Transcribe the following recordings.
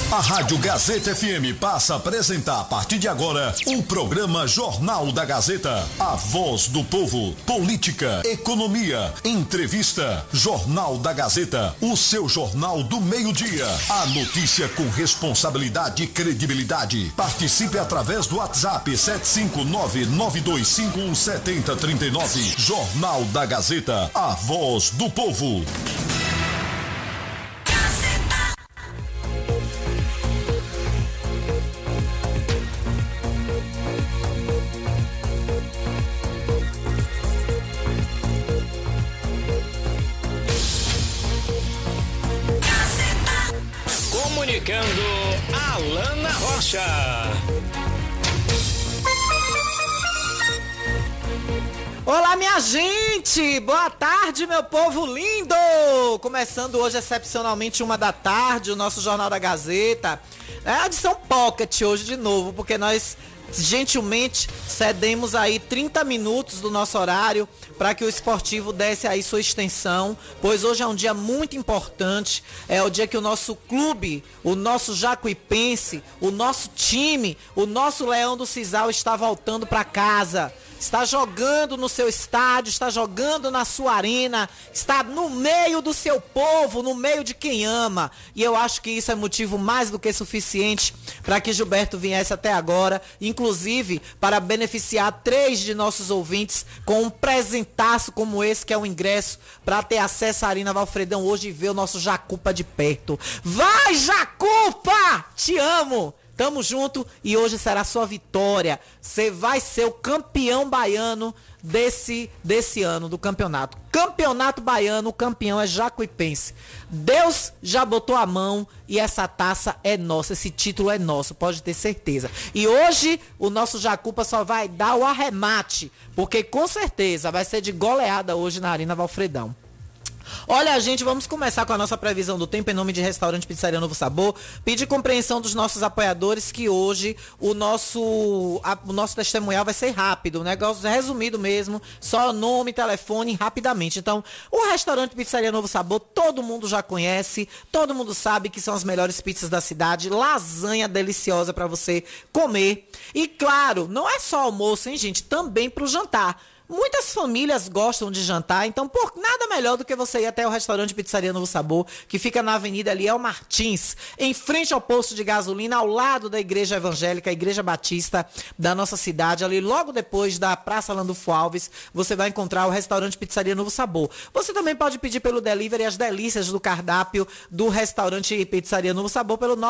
A Rádio Gazeta FM passa a apresentar a partir de agora o programa Jornal da Gazeta. A voz do povo, política, economia, entrevista. Jornal da Gazeta, o seu jornal do meio-dia. A notícia com responsabilidade e credibilidade. Participe através do WhatsApp 759-9251-7039. Jornal da Gazeta, a voz do povo. Comunicando Alana Rocha. Olá, minha gente! Boa tarde, meu povo lindo! Começando hoje excepcionalmente 1h da tarde, o nosso Jornal da Gazeta. É a edição Pocket hoje de novo, porque nós gentilmente cedemos aí 30 minutos do nosso horário para que o esportivo desse aí sua extensão, pois hoje é um dia muito importante, é o dia que o nosso clube, o nosso Jacuipense, o nosso time, o nosso Leão do Cisal está voltando para casa. Está jogando no seu estádio, está jogando na sua arena, está no meio do seu povo, no meio de quem ama. E eu acho que isso é motivo mais do que suficiente para que Gilberto viesse até agora, inclusive para beneficiar 3 de nossos ouvintes com um presentaço como esse, que é o ingresso para ter acesso à Arena Valfredão hoje e ver o nosso Jacupa de perto. Vai, Jacupa! Te amo! Tamo junto e hoje será sua vitória. Você vai ser o campeão baiano desse ano do campeonato. Campeonato baiano, o campeão é Jacuipense. Deus já botou a mão e essa taça é nossa, esse título é nosso, pode ter certeza. E hoje o nosso Jacupa só vai dar o arremate, porque com certeza vai ser de goleada hoje na Arena Valfredão. Olha, gente, vamos começar com a nossa previsão do tempo em nome de Restaurante Pizzaria Novo Sabor. Pedir compreensão dos nossos apoiadores que hoje o nosso testemunhal vai ser rápido, um negócio resumido mesmo, só nome, telefone, rapidamente. Então, o Restaurante Pizzaria Novo Sabor, todo mundo já conhece, todo mundo sabe que são as melhores pizzas da cidade, lasanha deliciosa para você comer. E claro, não é só almoço, hein, gente, também para o jantar. Muitas famílias gostam de jantar, então por nada melhor do que você ir até o Restaurante Pizzaria Novo Sabor, que fica na Avenida Eliel Martins, em frente ao posto de gasolina, ao lado da Igreja Evangélica, a Igreja Batista da nossa cidade, ali logo depois da Praça Landulfo Alves, você vai encontrar o Restaurante Pizzaria Novo Sabor. Você também pode pedir pelo delivery as delícias do cardápio do Restaurante Pizzaria Novo Sabor pelo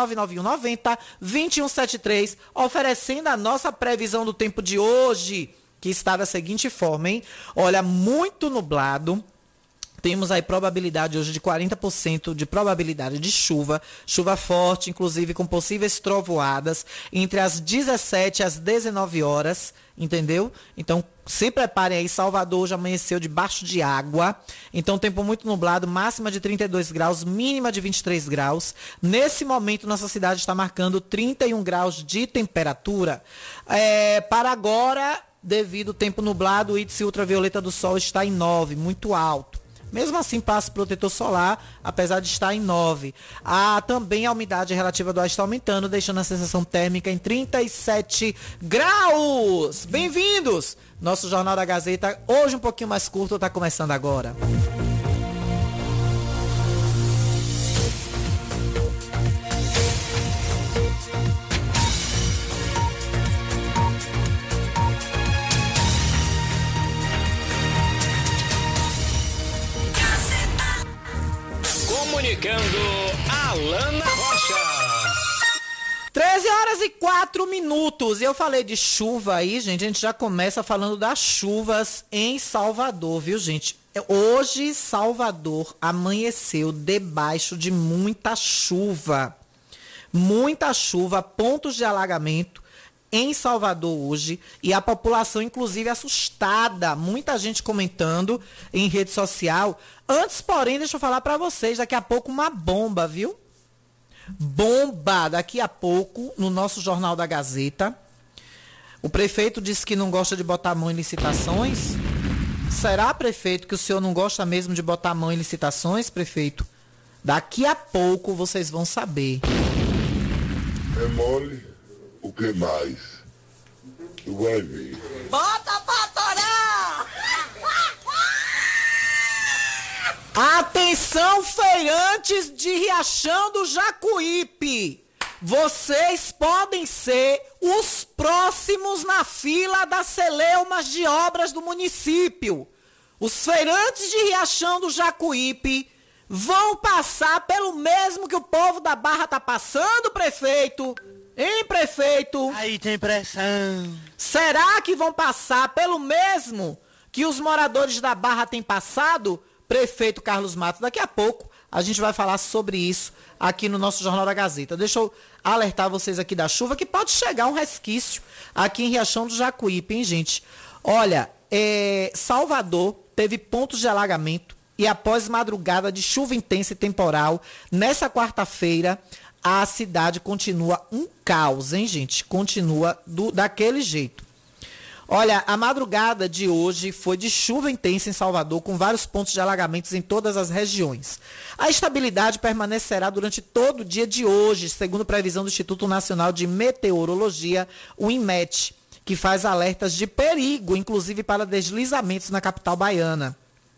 99190-2173, oferecendo a nossa previsão do tempo de hoje, que está da seguinte forma, hein? Olha, muito nublado. Temos aí probabilidade hoje de 40% de probabilidade de chuva. Chuva forte, inclusive com possíveis trovoadas entre as 17 e as 19 horas, entendeu? Então, se preparem aí, Salvador hoje amanheceu debaixo de água. Então, tempo muito nublado, máxima de 32 graus, mínima de 23 graus. Nesse momento, nossa cidade está marcando 31 graus de temperatura. Para agora, devido ao tempo nublado, o índice ultravioleta do sol está em 9, muito alto. Mesmo assim, passe protetor solar, apesar de estar em 9. Também a umidade relativa do ar está aumentando, deixando a sensação térmica em 37 graus. Bem-vindos! Nosso Jornal da Gazeta, hoje um pouquinho mais curto, está começando agora. Comunicando Alana Rocha. 13h04. Eu falei de chuva aí, gente. A gente já começa falando das chuvas em Salvador, viu, gente? Hoje, Salvador amanheceu debaixo de muita chuva. Muita chuva, pontos de alagamento em Salvador hoje, e a população inclusive assustada, muita gente comentando em rede social. Antes, porém, deixa eu falar para vocês, daqui a pouco uma bomba, viu? Bomba, daqui a pouco, no nosso Jornal da Gazeta. O prefeito disse que não gosta de botar a mão em licitações. Será, prefeito, que o senhor não gosta mesmo de botar a mão em licitações, prefeito? Daqui a pouco vocês vão saber. É mole, o que mais? Tu vai ver. Bota pra torar! Atenção, feirantes de Riachão do Jacuípe! Vocês podem ser os próximos na fila das celeumas de obras do município. Os feirantes de Riachão do Jacuípe vão passar pelo mesmo que o povo da Barra tá passando, prefeito? Hein, prefeito? Aí tem pressão. Será que vão passar pelo mesmo que os moradores da Barra têm passado, prefeito Carlos Matos? Daqui a pouco a gente vai falar sobre isso aqui no nosso Jornal da Gazeta. Deixa eu alertar vocês aqui da chuva, que pode chegar um resquício aqui em Riachão do Jacuípe, hein, gente? Olha, Salvador teve pontos de alagamento e após madrugada de chuva intensa e temporal, nessa quarta-feira, a cidade continua um caos, hein, gente? Continua daquele jeito. Olha, a madrugada de hoje foi de chuva intensa em Salvador, com vários pontos de alagamentos em todas as regiões. A estabilidade permanecerá durante todo o dia de hoje, segundo previsão do Instituto Nacional de Meteorologia, o INMET, que faz alertas de perigo, inclusive para deslizamentos na capital baiana.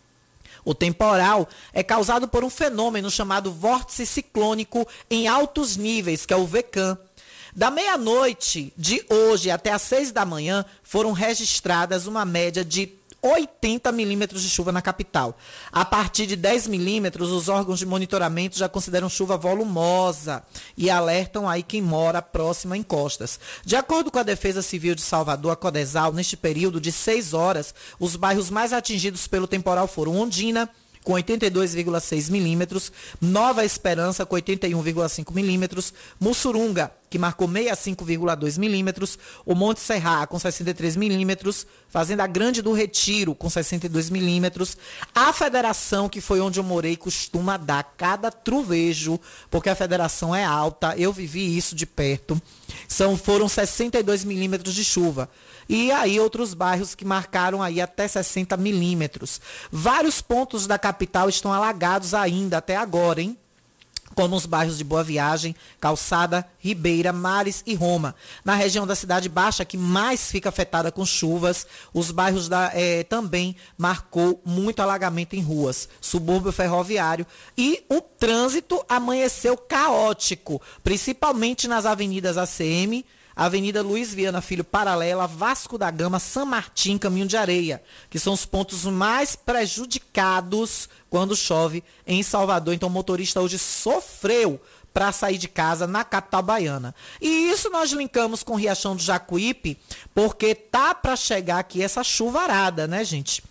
O temporal é causado por um fenômeno chamado vórtice ciclônico em altos níveis, que é o VCAM. Da meia-noite de hoje até às 6 da manhã, foram registradas uma média de 80 milímetros de chuva na capital. A partir de 10 milímetros, os órgãos de monitoramento já consideram chuva volumosa e alertam aí quem mora próximo a encostas. De acordo com a Defesa Civil de Salvador, a Codesal, neste período de 6 horas, os bairros mais atingidos pelo temporal foram Ondina, com 82,6 milímetros, Nova Esperança, com 81,5 milímetros, Mussurunga, que marcou 65,2 milímetros, o Monte Serra, com 63 milímetros, Fazenda Grande do Retiro, com 62 milímetros, a Federação, que foi onde eu morei, costuma dar cada truvejo, porque a Federação é alta, eu vivi isso de perto, foram 62 milímetros de chuva. E aí outros bairros que marcaram aí até 60 milímetros. Vários pontos da capital estão alagados ainda até agora, hein? Como os bairros de Boa Viagem, Calçada, Ribeira, Mares e Roma. Na região da Cidade Baixa, que mais fica afetada com chuvas, os bairros também marcou muito alagamento em ruas, subúrbio ferroviário, e o trânsito amanheceu caótico, principalmente nas avenidas ACM, Avenida Luiz Viana Filho Paralela, Vasco da Gama, San Martim, Caminho de Areia, que são os pontos mais prejudicados quando chove em Salvador. Então o motorista hoje sofreu para sair de casa na capital baiana. E isso nós linkamos com Riachão do Jacuípe, porque tá para chegar aqui essa chuvarada, né, gente?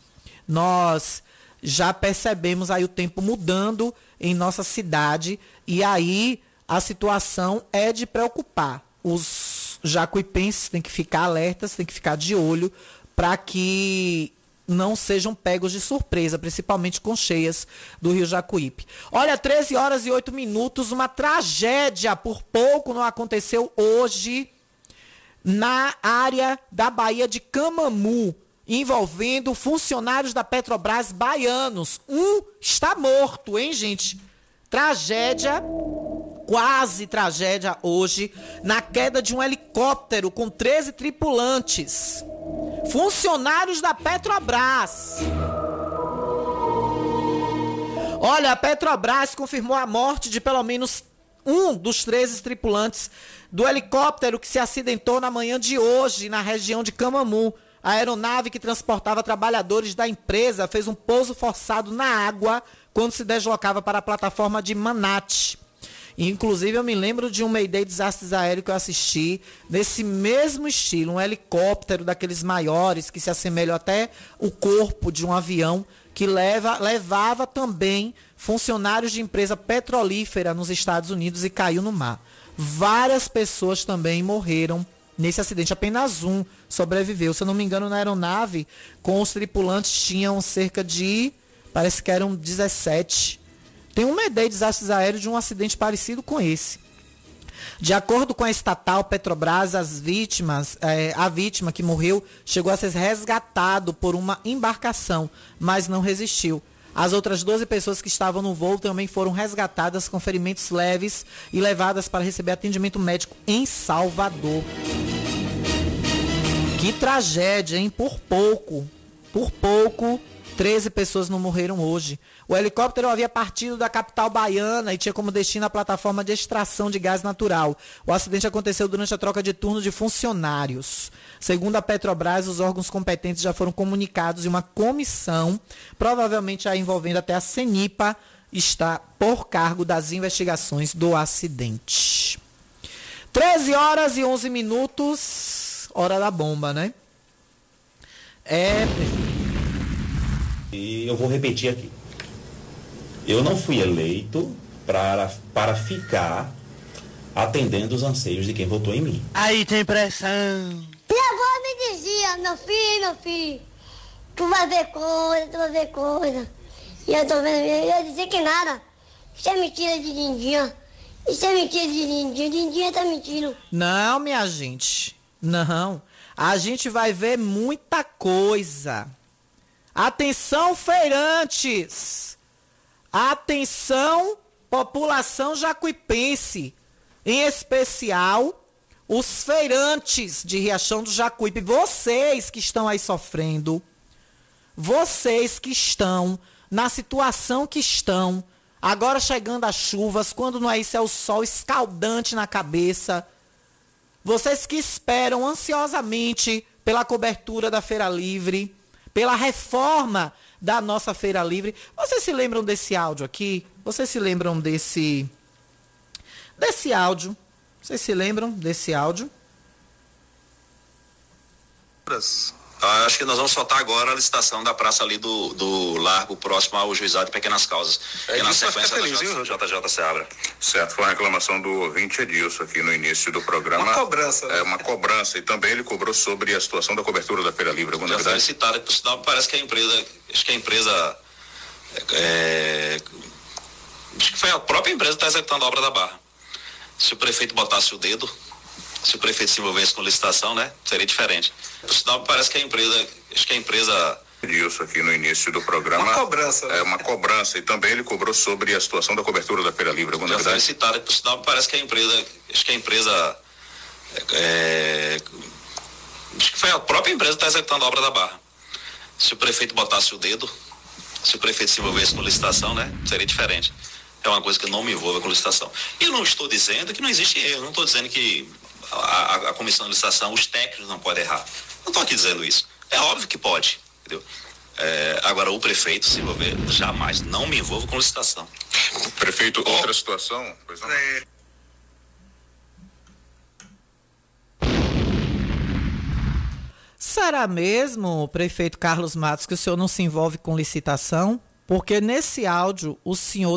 Nós já percebemos aí o tempo mudando em nossa cidade e aí a situação é de preocupar. Os jacuipenses têm que ficar alertas, têm que ficar de olho para que não sejam pegos de surpresa, principalmente com cheias do Rio Jacuípe. Olha, 13 horas e 8 minutos, uma tragédia por pouco não aconteceu hoje na área da Baía de Camamu, envolvendo funcionários da Petrobras baianos. Um está morto, hein, gente? Tragédia. Quase tragédia hoje na queda de um helicóptero com 13 tripulantes. Funcionários da Petrobras. Olha, a Petrobras confirmou a morte de pelo menos um dos 13 tripulantes do helicóptero que se acidentou na manhã de hoje na região de Camamu. A aeronave que transportava trabalhadores da empresa fez um pouso forçado na água quando se deslocava para a plataforma de Manate. Inclusive, eu me lembro de um Mayday desastres aéreos que eu assisti, nesse mesmo estilo, um helicóptero daqueles maiores, que se assemelham até o corpo de um avião, que levava também funcionários de empresa petrolífera nos Estados Unidos e caiu no mar. Várias pessoas também morreram nesse acidente, apenas um sobreviveu. Se eu não me engano, na aeronave, com os tripulantes, tinham cerca de, parece que eram 17. Tem um Mayday desastres aéreos de um acidente parecido com esse. De acordo com a estatal Petrobras, a vítima que morreu chegou a ser resgatado por uma embarcação, mas não resistiu. As outras 12 pessoas que estavam no voo também foram resgatadas com ferimentos leves e levadas para receber atendimento médico em Salvador. Que tragédia, hein? Por pouco, 13 pessoas não morreram hoje. O helicóptero havia partido da capital baiana e tinha como destino a plataforma de extração de gás natural. O acidente aconteceu durante a troca de turno de funcionários. Segundo a Petrobras, os órgãos competentes já foram comunicados e uma comissão, provavelmente a envolvendo até a CENIPA, está por cargo das investigações do acidente. 13h11, hora da bomba, né? E eu vou repetir aqui. Eu não fui eleito para ficar atendendo os anseios de quem votou em mim. Aí tem pressão. Minha avó me dizia, meu filho, tu vai ver coisa. E eu tô vendo, eu dizia que nada. Isso é mentira de Dindinha. Dindinha tá mentindo. Não, minha gente, não. A gente vai ver muita coisa. Atenção, feirantes! Atenção, população jacuipense! Em especial, os feirantes de Riachão do Jacuípe. Vocês que estão aí sofrendo, vocês que estão na situação que estão, agora chegando as chuvas, quando não é isso, é o sol escaldante na cabeça. Vocês que esperam ansiosamente pela cobertura da Feira Livre, pela reforma da nossa Feira Livre. Vocês se lembram desse áudio aqui? Vocês se lembram desse áudio? Vocês se lembram desse áudio? Acho que nós vamos soltar agora a licitação da praça ali do Largo, próximo ao Juizado de Pequenas Causas. E na sequência da JJ Seabra. Certo, foi uma reclamação do ouvinte Edilson aqui no início do programa. Uma cobrança. É, uma cobrança. E também ele cobrou sobre a situação da cobertura da Feira Livre. Já está licitada, por sinal, parece que a empresa, acho que foi a própria empresa que está executando a obra da barra. Se o prefeito botasse o dedo, se o prefeito se envolvesse com licitação, né, seria diferente. Por sinal, parece que a empresa, Edilson aqui no início do programa. Uma cobrança. É, uma cobrança. E também ele cobrou sobre a situação da cobertura da Feira Livre. Já está licitada, por sinal, parece que a empresa, acho que foi a própria empresa que está executando a obra da barra. Se o prefeito botasse o dedo, se o prefeito se envolvesse com licitação, né, seria diferente. É uma coisa que eu não me envolvo com licitação. E eu não estou dizendo que não existe erro, não estou dizendo que a comissão de licitação, os técnicos não podem errar. Não estou aqui dizendo isso. É óbvio que pode, entendeu? Agora, o prefeito se envolver, jamais, não me envolvo com licitação. Prefeito, outra situação? Pois não. Será mesmo, prefeito Carlos Matos, que o senhor não se envolve com licitação? Porque nesse áudio o senhor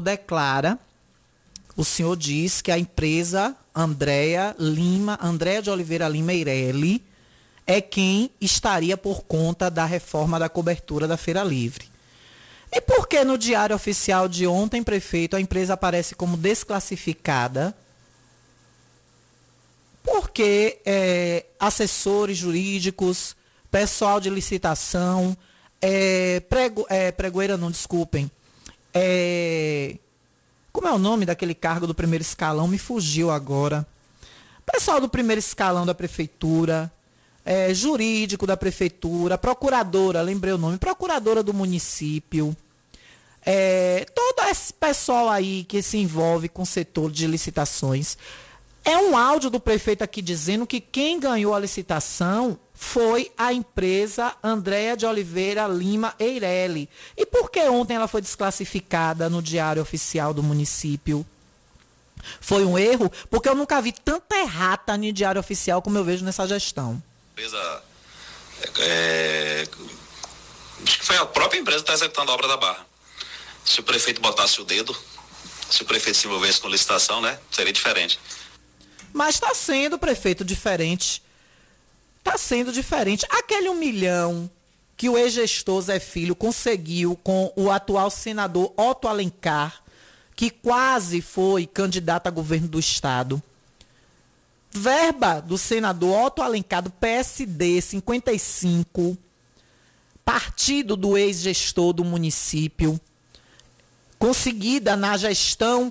diz que a empresa Andréa de Oliveira Lima Eireli é quem estaria por conta da reforma da cobertura da Feira Livre. E por que no Diário Oficial de ontem, prefeito, a empresa aparece como desclassificada? Porque assessores jurídicos, pessoal de licitação, pregoeira não, desculpem. Como é o nome daquele cargo do primeiro escalão? Me fugiu agora. Pessoal do primeiro escalão da prefeitura, jurídico da prefeitura, procuradora, lembrei o nome, procuradora do município. Todo esse pessoal aí que se envolve com o setor de licitações. É um áudio do prefeito aqui dizendo que quem ganhou a licitação foi a empresa Andréa de Oliveira Lima Eireli. E por que ontem ela foi desclassificada no Diário Oficial do município? Foi um erro? Porque eu nunca vi tanta errata no Diário Oficial como eu vejo nessa gestão. Acho que foi a própria empresa que está executando a obra da barra. Se o prefeito botasse o dedo, se o prefeito se envolvesse com licitação, né, seria diferente. Mas está sendo, prefeito, diferente. Está sendo diferente. Aquele 1 milhão que o ex-gestor Zé Filho conseguiu com o atual senador Otto Alencar, que quase foi candidato a governo do estado. Verba do senador Otto Alencar, do PSD 55, partido do ex-gestor do município. conseguida na gestão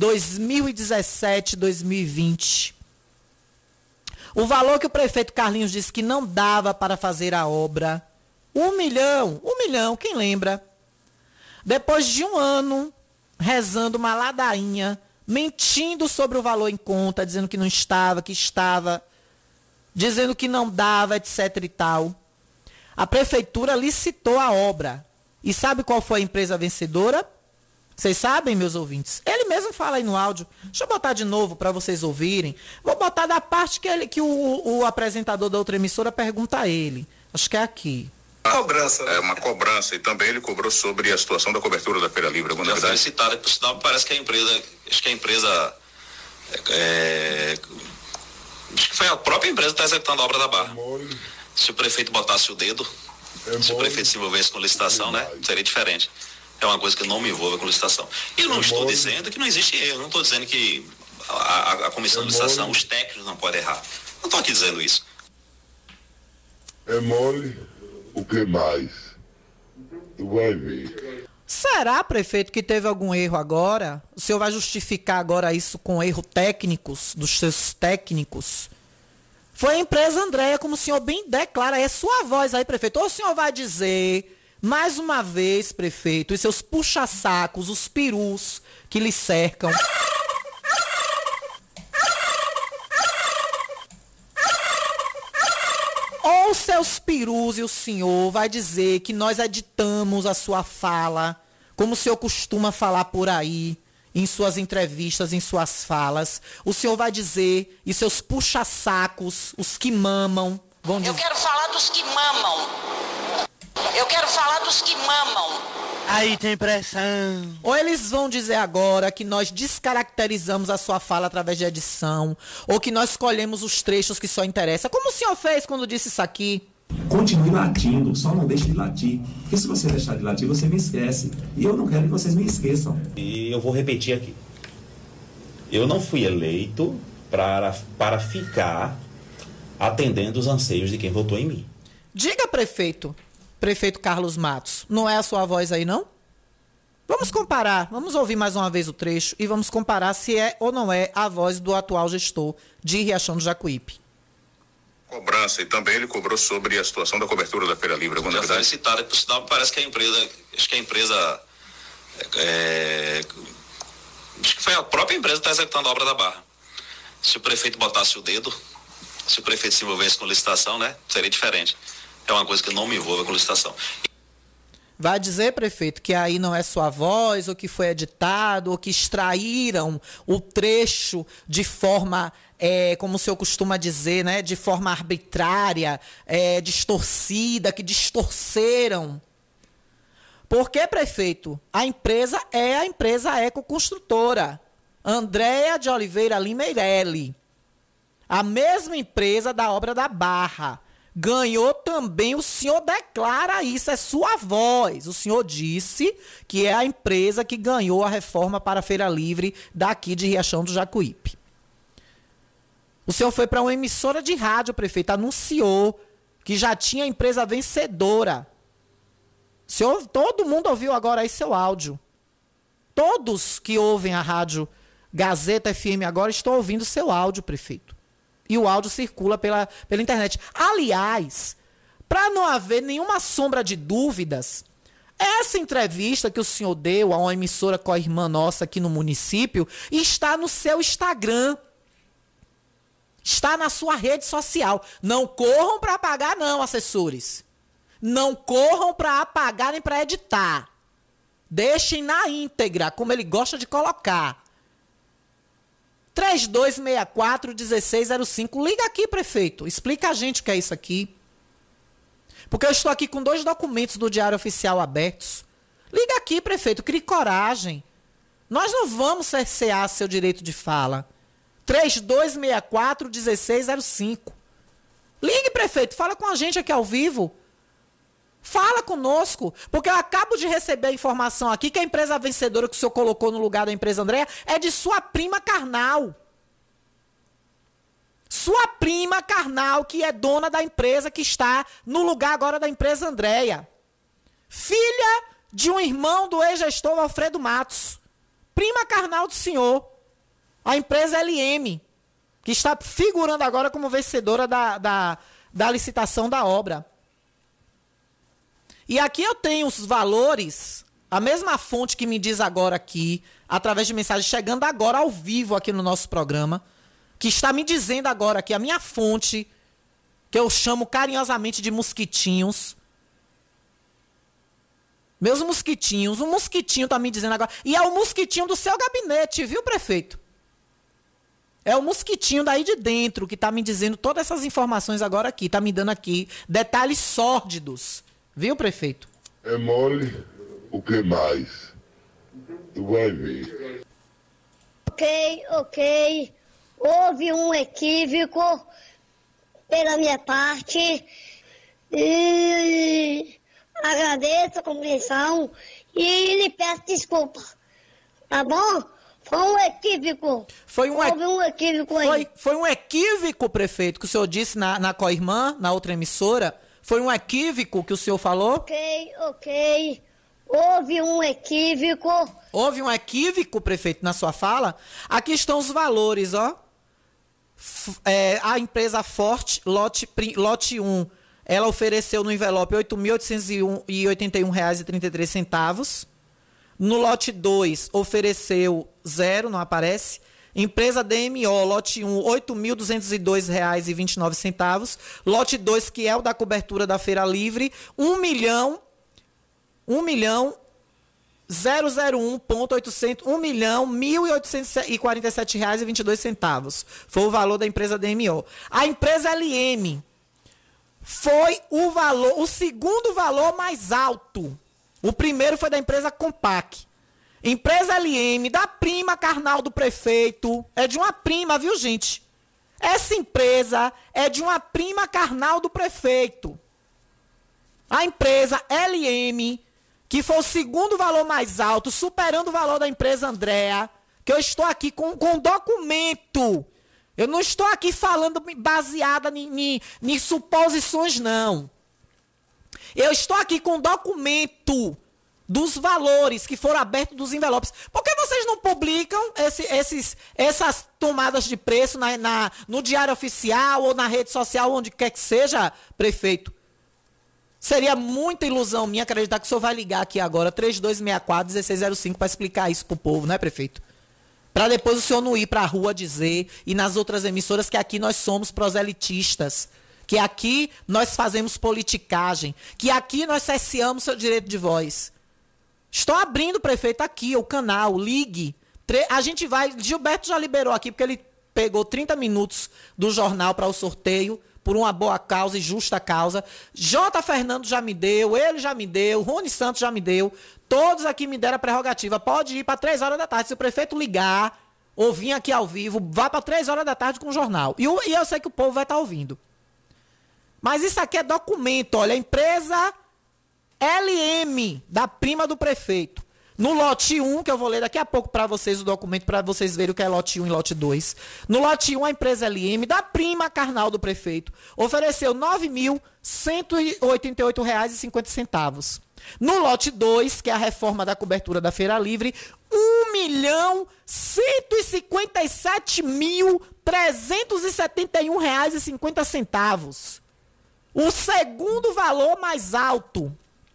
2017-2020. O valor que o prefeito Carlinhos disse que não dava para fazer a obra, 1 milhão, quem lembra? Depois de um ano, rezando uma ladainha, mentindo sobre o valor em conta, dizendo que não estava, que estava, dizendo que não dava, etc e tal. A prefeitura licitou a obra. E sabe qual foi a empresa vencedora? Vocês sabem, meus ouvintes? Ele mesmo fala aí no áudio. Deixa eu botar de novo para vocês ouvirem. Vou botar da parte que o apresentador da outra emissora pergunta a ele. Acho que é aqui. Cobrança. É uma cobrança. E também ele cobrou sobre a situação da cobertura da Feira Livre. Já foi citada, por sinal, parece que a empresa, acho que foi a própria empresa que está executando a obra da Barra. Se o prefeito botasse o dedo, se o prefeito se envolvesse com licitação, né, seria diferente. É uma coisa que não me envolve com licitação. E eu não estou dizendo que não existe erro, não estou dizendo que a comissão de licitação, os técnicos não podem errar. Não estou aqui dizendo isso. É mole, o que mais? Tu vai ver. Será, prefeito, que teve algum erro agora? O senhor vai justificar agora isso com erro técnicos, dos seus técnicos? Foi a empresa Andréa, como o senhor bem declara, é sua voz aí, prefeito. Ou o senhor vai dizer, mais uma vez, prefeito, os seus puxa-sacos, os perus que lhe cercam. Ou seus perus e o senhor vai dizer que nós editamos a sua fala, como o senhor costuma falar por aí, em suas entrevistas, em suas falas. O senhor vai dizer, e seus puxa-sacos, os que mamam, vão dizer... Eu quero falar dos que mamam. Eu quero falar dos que mamam. Aí tem pressão. Ou eles vão dizer agora que nós descaracterizamos a sua fala através de edição, ou que nós escolhemos os trechos que só interessam, como o senhor fez quando disse isso aqui. Continue latindo, só não deixe de latir. Porque se você deixar de latir, você me esquece. E eu não quero que vocês me esqueçam. E eu vou repetir aqui. Eu não fui eleito para ficar atendendo os anseios de quem votou em mim. Diga, prefeito Carlos Matos, não é a sua voz aí, não? Vamos comparar, vamos ouvir mais uma vez o trecho e vamos comparar se é ou não é a voz do atual gestor de Riachão do Jacuípe. Cobrança. E também ele cobrou sobre a situação da cobertura da Feira Livre. Já foi citada, por sinal, parece que a empresa, acho que foi a própria empresa que está executando a obra da Barra. Se o prefeito botasse o dedo, se o prefeito se envolvesse com licitação, né, seria diferente. É uma coisa que não me envolve com licitação. Vai dizer, prefeito, que aí não é sua voz, ou que foi editado, ou que extraíram o trecho de forma, como o senhor costuma dizer, né, de forma arbitrária, distorcida, que distorceram. Porque, prefeito, a empresa é a empresa ecoconstrutora, Andréa de Oliveira Limeirelli, a mesma empresa da obra da Barra. Ganhou também, o senhor declara isso, é sua voz. O senhor disse que é a empresa que ganhou a reforma para a Feira Livre daqui de Riachão do Jacuípe. O senhor foi para uma emissora de rádio, prefeito, anunciou que já tinha empresa vencedora. O senhor, todo mundo ouviu agora aí seu áudio. Todos que ouvem a rádio Gazeta FM agora estão ouvindo seu áudio, prefeito. E o áudio circula pela internet. Aliás, para não haver nenhuma sombra de dúvidas, essa entrevista que o senhor deu a uma emissora com a irmã nossa aqui no município está no seu Instagram. Está na sua rede social. Não corram para apagar, não, assessores. Não corram para apagar nem para editar. Deixem na íntegra, como ele gosta de colocar. 3264-1605. Liga aqui, prefeito. Explica a gente o que é isso aqui. Porque eu estou aqui com 2 documentos do Diário Oficial abertos. Liga aqui, prefeito. Crie coragem. Nós não vamos cercear seu direito de fala. 3264-1605. Ligue, prefeito. Fala com a gente aqui ao vivo. Fala conosco, porque eu acabo de receber a informação aqui que a empresa vencedora que o senhor colocou no lugar da empresa Andréa é de sua prima carnal. Sua prima carnal, que é dona da empresa que está no lugar agora da empresa Andréa. Filha de um irmão do ex-gestor Alfredo Matos, prima carnal do senhor, a empresa LM, que está figurando agora como vencedora da licitação da obra. E aqui eu tenho os valores, a mesma fonte que me diz agora aqui, através de mensagem chegando agora ao vivo aqui no nosso programa, que está me dizendo agora aqui, a minha fonte, que eu chamo carinhosamente de mosquitinhos. Meus mosquitinhos, um mosquitinho está me dizendo agora, e é o mosquitinho do seu gabinete, viu, prefeito? É o mosquitinho daí de dentro que está me dizendo todas essas informações agora aqui, está me dando aqui detalhes sórdidos, viu, prefeito? É mole, o que mais? Tu vai ver. Ok. Houve um equívoco pela minha parte. E agradeço a compreensão e lhe peço desculpa. Tá bom? Foi um equívoco. Houve um equívoco aí. Foi um equívoco, prefeito, que o senhor disse na Coirmã, na outra emissora? Foi um equívoco que o senhor falou? Ok. Houve um equívoco. Houve um equívoco, prefeito, na sua fala? Aqui estão os valores, ó. A empresa Forte, lote 1, ela ofereceu no envelope R$ 8.881,33. No lote 2, ofereceu 0, não aparece. Empresa DMO, lote 1, R$ 8.202,29. Lote 2, que é o da cobertura da Feira Livre, R$ 1.147,22. Foi o valor da empresa DMO. A empresa LM foi o segundo valor mais alto. O primeiro foi da empresa Compaq. Empresa LM, da prima carnal do prefeito. É de uma prima, viu, gente? Essa empresa é de uma prima carnal do prefeito. A empresa LM, que foi o segundo valor mais alto, superando o valor da empresa Andrea, que eu estou aqui com documento. Eu não estou aqui falando baseada em suposições, não. Eu estou aqui com documento dos valores que foram abertos dos envelopes. Por que vocês não publicam essas tomadas de preço no Diário Oficial ou na rede social, onde quer que seja, prefeito? Seria muita ilusão minha acreditar que o senhor vai ligar aqui agora, 3264-1605, para explicar isso pro povo, né, prefeito? Para depois o senhor não ir para a rua dizer, e nas outras emissoras, que aqui nós somos proselitistas, que aqui nós fazemos politicagem, que aqui nós cerceamos seu direito de voz. Estou abrindo, prefeito, aqui o canal, ligue. A gente vai, Gilberto já liberou aqui, porque ele pegou 30 minutos do jornal para o sorteio, por uma boa causa e justa causa. J. Fernando já me deu, ele já me deu, Rony Santos já me deu, todos aqui me deram a prerrogativa. Pode ir para 3 horas da tarde, se o prefeito ligar, ou vir aqui ao vivo, vá para 3 horas da tarde com o jornal. E eu sei que o povo vai estar ouvindo. Mas isso aqui é documento, olha, a empresa LM, da prima do prefeito. No lote 1, que eu vou ler daqui a pouco para vocês o documento, para vocês verem o que é lote 1 e lote 2. No lote 1, a empresa LM, da prima carnal do prefeito, ofereceu R$ 9.188,50. No lote 2, que é a reforma da cobertura da Feira Livre, R$ 1.157.371,50. O segundo valor mais alto.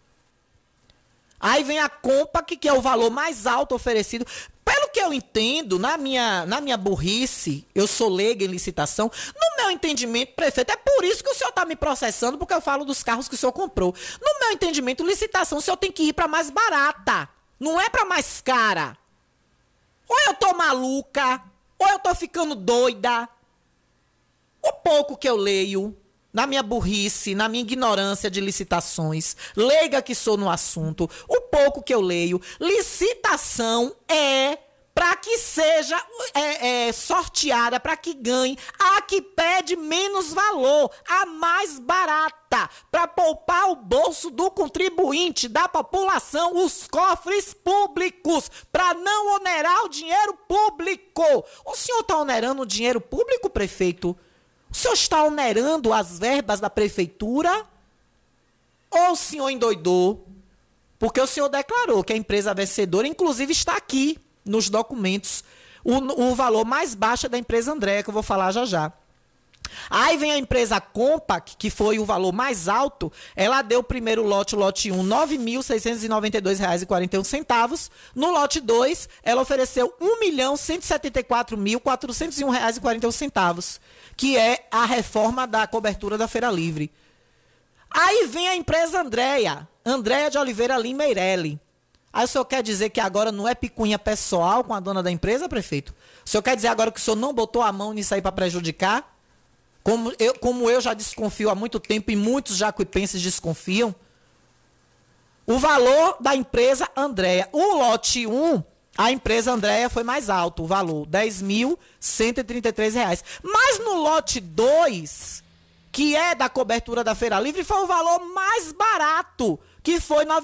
Aí vem a Compaq, que é o valor mais alto oferecido. Pelo que eu entendo, na minha burrice, eu sou leiga em licitação, no meu entendimento, prefeito, é por isso que o senhor está me processando, porque eu falo dos carros que o senhor comprou. No meu entendimento, licitação, o senhor tem que ir para mais barata, não é para mais cara. Ou eu tô maluca, ou eu tô ficando doida. O pouco que eu leio, na minha burrice, na minha ignorância de licitações, leiga que sou no assunto, o pouco que eu leio, licitação é para que seja sorteada, para que ganhe a que pede menos valor, a mais barata, para poupar o bolso do contribuinte, da população, os cofres públicos, para não onerar o dinheiro público. O senhor está onerando o dinheiro público, prefeito? O senhor está onerando as verbas da prefeitura? Ou o senhor endoidou? Porque o senhor declarou que a empresa vencedora, inclusive está aqui nos documentos, o valor mais baixo é da empresa Andréa, que eu vou falar já já. Aí vem a empresa Compaq, que foi o valor mais alto, ela deu o primeiro lote, o lote 1, R$ 9.692,41. No lote 2, ela ofereceu R$ 1.174.401,41, que é a reforma da cobertura da Feira Livre. Aí vem a empresa Andréa de Oliveira Lima Eireli. Aí o senhor quer dizer que agora não é picuinha pessoal com a dona da empresa, prefeito? O senhor quer dizer agora que o senhor não botou a mão nisso aí para prejudicar? Como eu já desconfio há muito tempo e muitos jacuipenses desconfiam? O valor da empresa Andréa. O lote 1, a empresa Andréa foi mais alto, o valor, R$ 10.133. Mas no lote 2, que é da cobertura da Feira Livre, foi o valor mais barato, que foi R$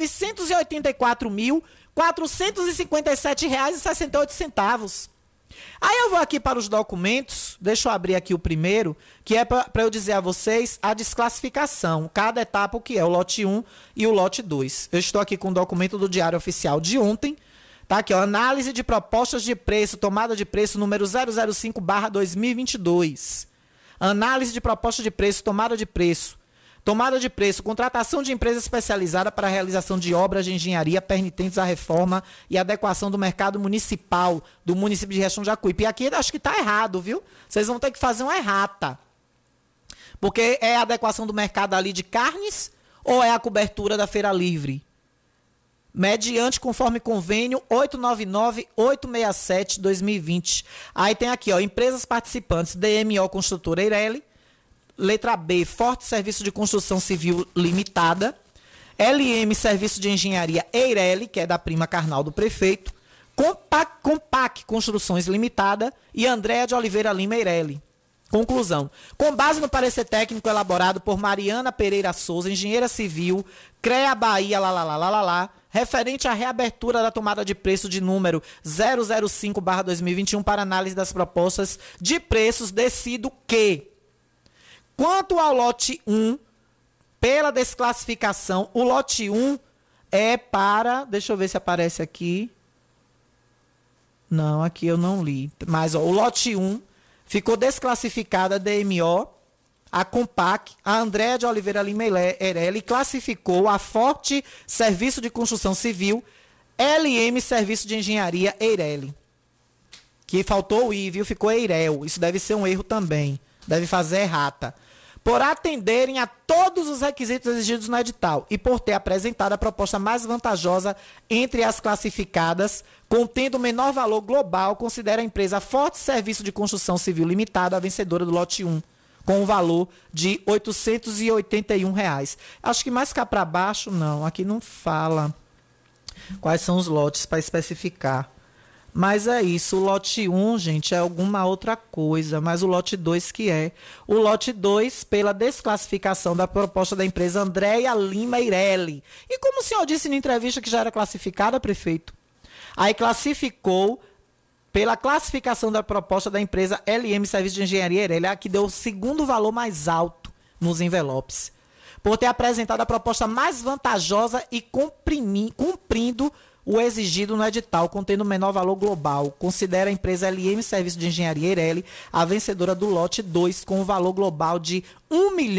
984.457,68. Aí eu vou aqui para os documentos, deixa eu abrir aqui o primeiro, que é para eu dizer a vocês a desclassificação, cada etapa o que é, o lote 1 e o lote 2. Eu estou aqui com o documento do Diário Oficial de ontem, tá aqui, ó, análise de propostas de preço, tomada de preço número 005/2022. Análise de proposta de preço, tomada de preço, contratação de empresa especializada para a realização de obras de engenharia pertinentes à reforma e adequação do mercado municipal do município de Riachão de Jacuípe. E aqui acho que está errado, viu? Vocês vão ter que fazer uma errata. Porque é a adequação do mercado ali de carnes ou é a cobertura da Feira Livre? Mediante conforme convênio 899-867-2020. Aí tem aqui, ó, empresas participantes, DMO Construtora Eireli. Letra B, Forte Serviço de Construção Civil Limitada. LM Serviço de Engenharia Eireli, que é da prima carnal do prefeito. Compaq Construções Limitada e Andréa de Oliveira Lima Eireli. Conclusão. Com base no parecer técnico elaborado por Mariana Pereira Souza, engenheira civil, CREA Bahia, referente à reabertura da tomada de preço de número 005/2021 para análise das propostas de preços, decido que, quanto ao lote 1, pela desclassificação, o lote 1 é para... Deixa eu ver se aparece aqui. Não, aqui eu não li. Mas ó, o lote 1 ficou desclassificada a DMO, a Compaq, a Andréa de Oliveira Lima Eireli, classificou a Forte Serviço de Construção Civil, LM Serviço de Engenharia Eireli. Que faltou o I, viu? Ficou Eirel. Isso deve ser um erro também. Deve fazer errata. Por atenderem a todos os requisitos exigidos no edital e por ter apresentado a proposta mais vantajosa entre as classificadas, contendo o menor valor global, considera a empresa Forte Serviço de Construção Civil Limitada a vencedora do lote 1, com um valor de R$ 881. Acho que mais cá para baixo, não. Aqui não fala quais são os lotes para especificar. Mas é isso, o lote 1, gente, é alguma outra coisa, mas o lote 2 que é. O lote 2, pela desclassificação da proposta da empresa Andréa Lima Eireli. E como o senhor disse na entrevista que já era classificada, prefeito? Aí classificou pela classificação da proposta da empresa LM Serviço de Engenharia Eireli, que deu o segundo valor mais alto nos envelopes. Por ter apresentado a proposta mais vantajosa e cumprindo o exigido no edital, contendo o menor valor global. Considera a empresa LM Serviço de Engenharia Eireli a vencedora do lote 2, com o valor global de R$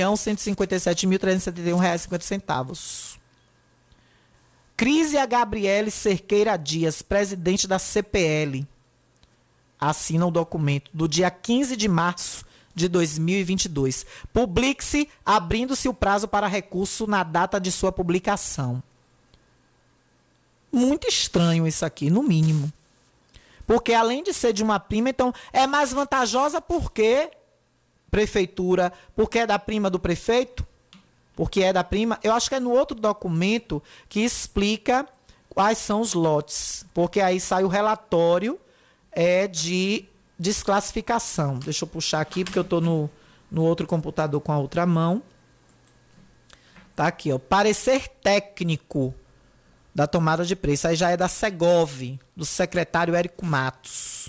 1.157.371,50. Crisia Gabriele Cerqueira Dias, presidente da CPL, assina o documento do dia 15 de março de 2022. Publique-se, abrindo-se o prazo para recurso na data de sua publicação. Muito estranho isso aqui, no mínimo. Porque além de ser de uma prima, então é mais vantajosa porque prefeitura, porque é da prima do prefeito, porque é da prima. Eu acho que é no outro documento que explica quais são os lotes, porque aí sai o relatório de desclassificação. Deixa eu puxar aqui, porque eu estou no outro computador com a outra mão. Tá aqui, ó. Parecer técnico da tomada de preço. Aí já é da Segov, do secretário Érico Matos.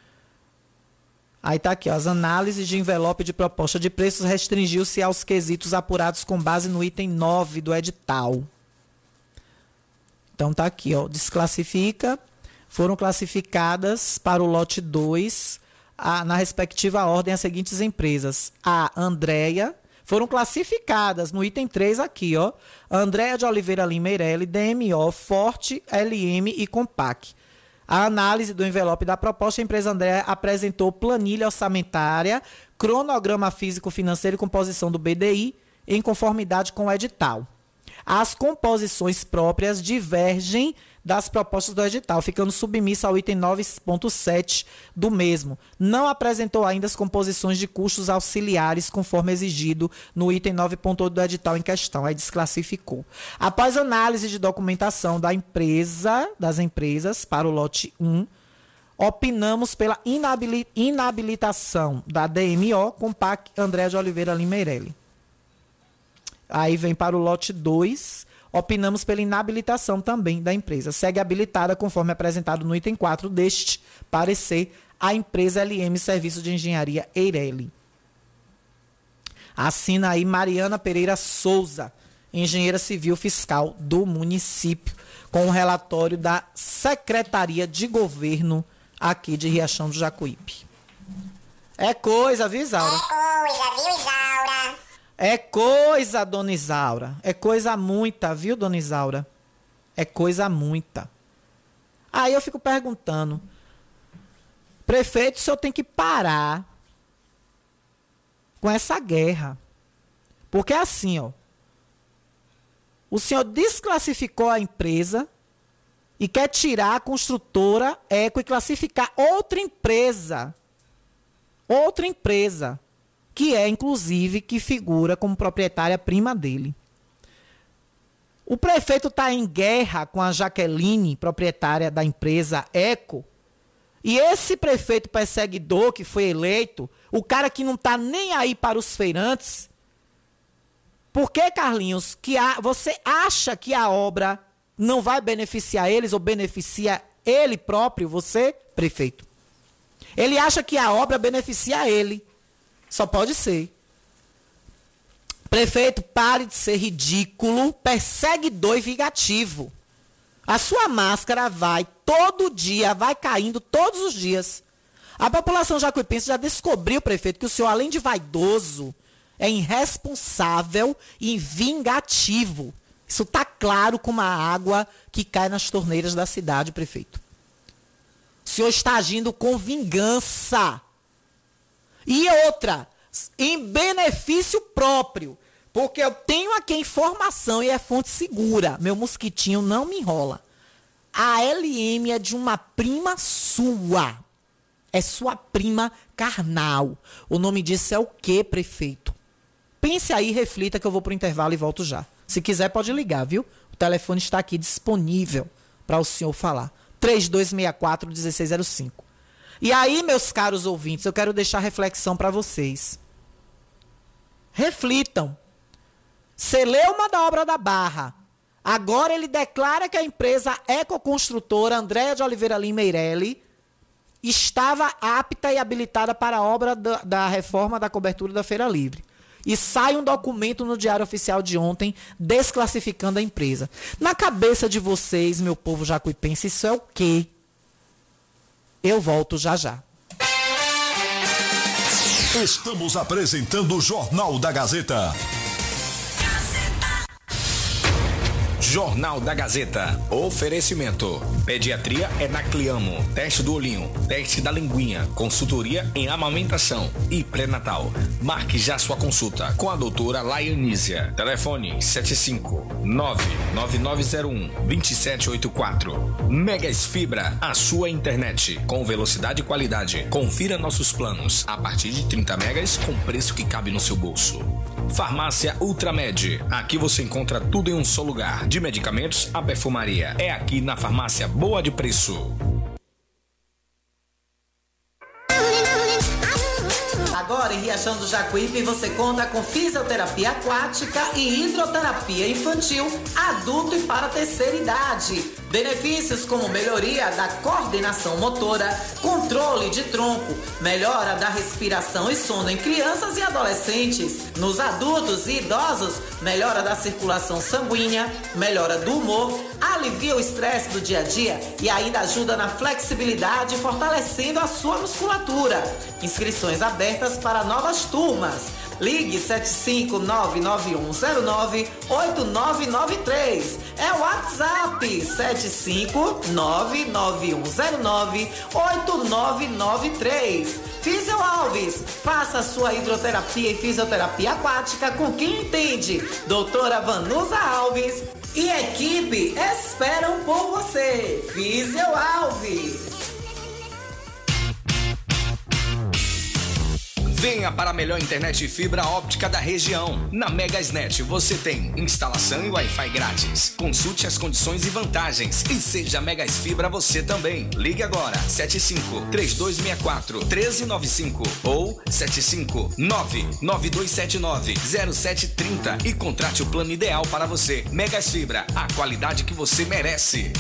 Aí tá aqui, ó, as análises de envelope de proposta de preços restringiu-se aos quesitos apurados com base no item 9 do edital. Então tá aqui, ó, desclassifica. Foram classificadas para o lote 2, na respectiva ordem, as seguintes empresas. A Andréia, foram classificadas no item 3 aqui, ó. Andréia de Oliveira Lima Meirelli, DMO, Forte, LM e Compaq. A análise do envelope da proposta, a empresa Andréia apresentou planilha orçamentária, cronograma físico-financeiro e composição do BDI em conformidade com o edital. As composições próprias divergem das propostas do edital, ficando submissa ao item 9.7 do mesmo. Não apresentou ainda as composições de custos auxiliares, conforme exigido no item 9.8 do edital em questão. Aí desclassificou. Após análise de documentação das empresas para o lote 1, opinamos pela inabilitação da DMO, Compaq, Andréia de Oliveira Lima Meirelli. Aí vem para o lote 2, opinamos pela inabilitação também da empresa. Segue habilitada, conforme apresentado no item 4 deste parecer, a empresa LM Serviços de Engenharia Eireli. Assina aí Mariana Pereira Souza, engenheira civil fiscal do município, com o relatório da Secretaria de Governo aqui de Riachão do Jacuípe. É coisa, viu, Isaura? É coisa, dona Isaura. É coisa muita, viu, dona Isaura? É coisa muita. Aí eu fico perguntando, prefeito, o senhor tem que parar com essa guerra. Porque é assim, ó. O senhor desclassificou a empresa e quer tirar a construtora Eco e classificar outra empresa. Outra empresa. Que é, inclusive, que figura como proprietária prima dele. O prefeito está em guerra com a Jaqueline, proprietária da empresa Eco, e esse prefeito perseguidor que foi eleito, o cara que não está nem aí para os feirantes, por que, Carlinhos, você acha que a obra não vai beneficiar eles ou beneficia ele próprio, você, prefeito? Ele acha que a obra beneficia ele. Só pode ser. Prefeito, pare de ser ridículo, perseguidor e vingativo. A sua máscara vai todo dia, vai caindo todos os dias. A população jacuipense já descobriu, prefeito, que o senhor, além de vaidoso, é irresponsável e vingativo. Isso está claro como a água que cai nas torneiras da cidade, prefeito. O senhor está agindo com vingança. E outra, em benefício próprio, porque eu tenho aqui informação e é fonte segura, meu mosquitinho não me enrola. A LM é de uma prima sua, é sua prima carnal. O nome disso é o quê, prefeito? Pense aí, reflita que eu vou pro intervalo e volto já. Se quiser pode ligar, viu? O telefone está aqui disponível para o senhor falar. 3264-1605. E aí, meus caros ouvintes, eu quero deixar reflexão para vocês. Reflitam. Celeuma da Obra da Barra. Agora ele declara que a empresa ecoconstrutora Andréia de Oliveira Lima Meirelli estava apta e habilitada para a obra da reforma da cobertura da Feira Livre. E sai um documento no Diário Oficial de ontem desclassificando a empresa. Na cabeça de vocês, meu povo jacuipense, isso é o quê? Eu volto já já. Estamos apresentando o Jornal da Gazeta. Jornal da Gazeta. Oferecimento. Pediatria é na Cliamo. Teste do olhinho. Teste da linguinha. Consultoria em amamentação e pré-natal. Marque já sua consulta com a doutora Laianísia. Telefone 7599901-2784. Megas Fibra. A sua internet com velocidade e qualidade. Confira nossos planos. A partir de 30 megas com preço que cabe no seu bolso. Farmácia Ultramed. Aqui você encontra tudo em um só lugar. De medicamentos a perfumaria. É aqui na Farmácia Boa de Preço. Agora, em Riachão do Jacuípe, você conta com fisioterapia aquática e hidroterapia infantil, adulto e para a terceira idade. Benefícios como melhoria da coordenação motora, controle de tronco, melhora da respiração e sono em crianças e adolescentes. Nos adultos e idosos, melhora da circulação sanguínea, melhora do humor, alivia o estresse do dia a dia e ainda ajuda na flexibilidade, fortalecendo a sua musculatura. Inscrições abertas para novas turmas. Ligue 75991098993. É o WhatsApp 75991098993. Físio Alves, faça a sua hidroterapia e fisioterapia aquática com quem entende. Doutora Vanusa Alves e equipe esperam por você. Físio Alves. Venha para a melhor internet e fibra óptica da região. Na Megasnet você tem instalação e Wi-Fi grátis. Consulte as condições e vantagens e seja Megas Fibra você também. Ligue agora 75-3264-1395 ou 759-9279-0730 e contrate o plano ideal para você. Megas Fibra, a qualidade que você merece.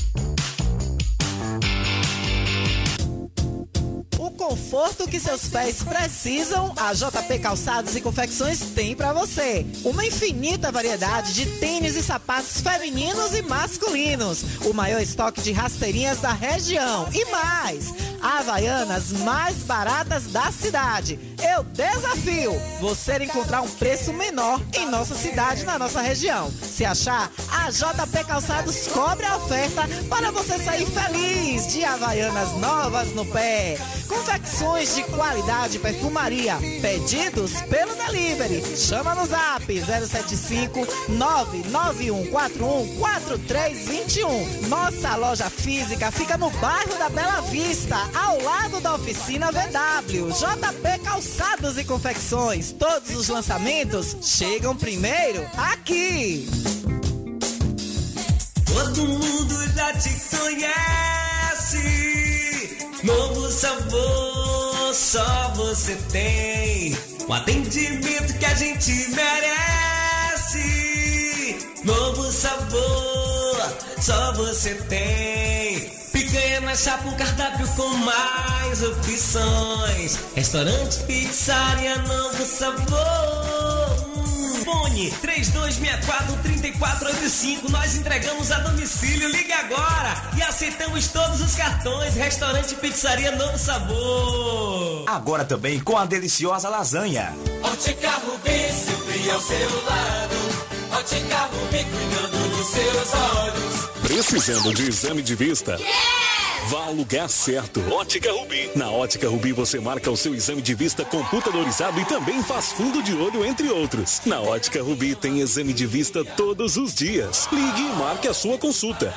Conforto que seus pés precisam, a JP Calçados e Confecções tem para você. Uma infinita variedade de tênis e sapatos femininos e masculinos. O maior estoque de rasteirinhas da região. E mais, Havaianas mais baratas da cidade. Eu desafio você a encontrar um preço menor em nossa cidade, na nossa região. Se achar, a JP Calçados cobre a oferta para você sair feliz de Havaianas novas no pé. Confecções de qualidade, perfumaria. Pedidos pelo delivery. Chama no zap 075-99141-4321. Nossa loja física fica no bairro da Bela Vista, ao lado da oficina VW. JP Calçados e Confecções. Todos os lançamentos chegam primeiro aqui. Todo mundo já te conhece. Novo sabor, só você tem. O atendimento que a gente merece. Novo sabor, só você tem. Picanha na chapa, um cardápio com mais opções. Restaurante, pizzaria, novo sabor. Fone 3264-3485. Nós entregamos a domicílio. Ligue agora e aceitamos todos os cartões. Restaurante Pizzaria Novo Sabor. Agora também com a deliciosa lasanha. Ótica Rubi, sempre ao seu lado. Ótica Rubi, cuidando dos seus olhos. Precisando de exame de vista? Vá ao lugar certo. Ótica Rubi. Na Ótica Rubi você marca o seu exame de vista computadorizado e também faz fundo de olho, entre outros. Na Ótica Rubi tem exame de vista todos os dias. Ligue e marque a sua consulta.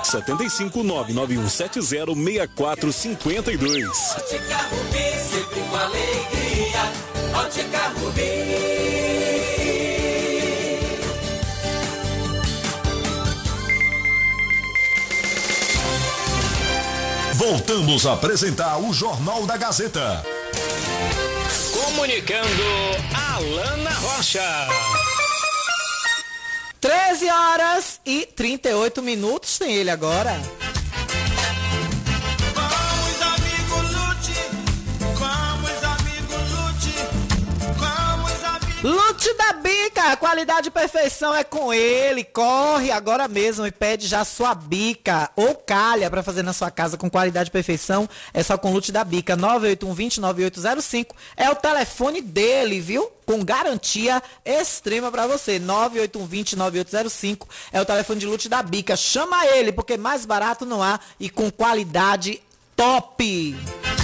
75991706452. Ótica Rubi, sempre com alegria. Ótica Rubi. Voltamos a apresentar o Jornal da Gazeta. Comunicando Alana Rocha. 13h38, tem ele agora. Vamos, amigo, lute. Vamos, amigo, lute. Vamos, amigo. Lute da Bica, a qualidade e perfeição é com ele. Corre agora mesmo e pede já sua bica ou calha para fazer na sua casa com qualidade e perfeição. É só com Lute da Bica. 981209805 é o telefone dele, viu? Com garantia extrema para você. 981209805 é o telefone de Lute da Bica. Chama ele, porque mais barato não há e com qualidade top.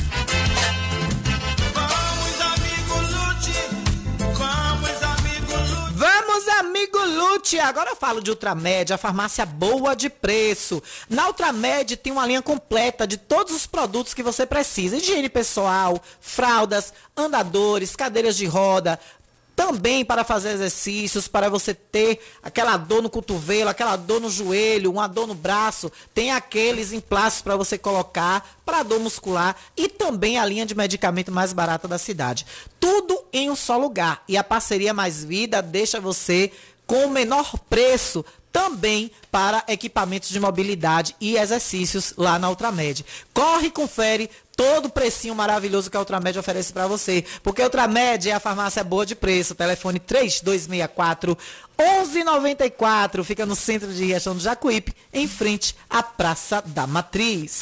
Vamos, amigo Lute! Agora eu falo de Ultramed, a farmácia boa de preço. Na Ultramed tem uma linha completa de todos os produtos que você precisa. Higiene pessoal, fraldas, andadores, cadeiras de roda. Também para fazer exercícios, para você ter aquela dor no cotovelo, aquela dor no joelho, uma dor no braço. Tem aqueles emplastros para você colocar para dor muscular e também a linha de medicamento mais barata da cidade. Tudo em um só lugar. E a parceria Mais Vida deixa você com o menor preço também para equipamentos de mobilidade e exercícios lá na Ultramed. Corre e confere todo o precinho maravilhoso que a Ultramed oferece para você, porque a Ultramed é a farmácia boa de preço. Telefone 3264 1194, fica no centro de Riachão do Jacuípe, em frente à Praça da Matriz.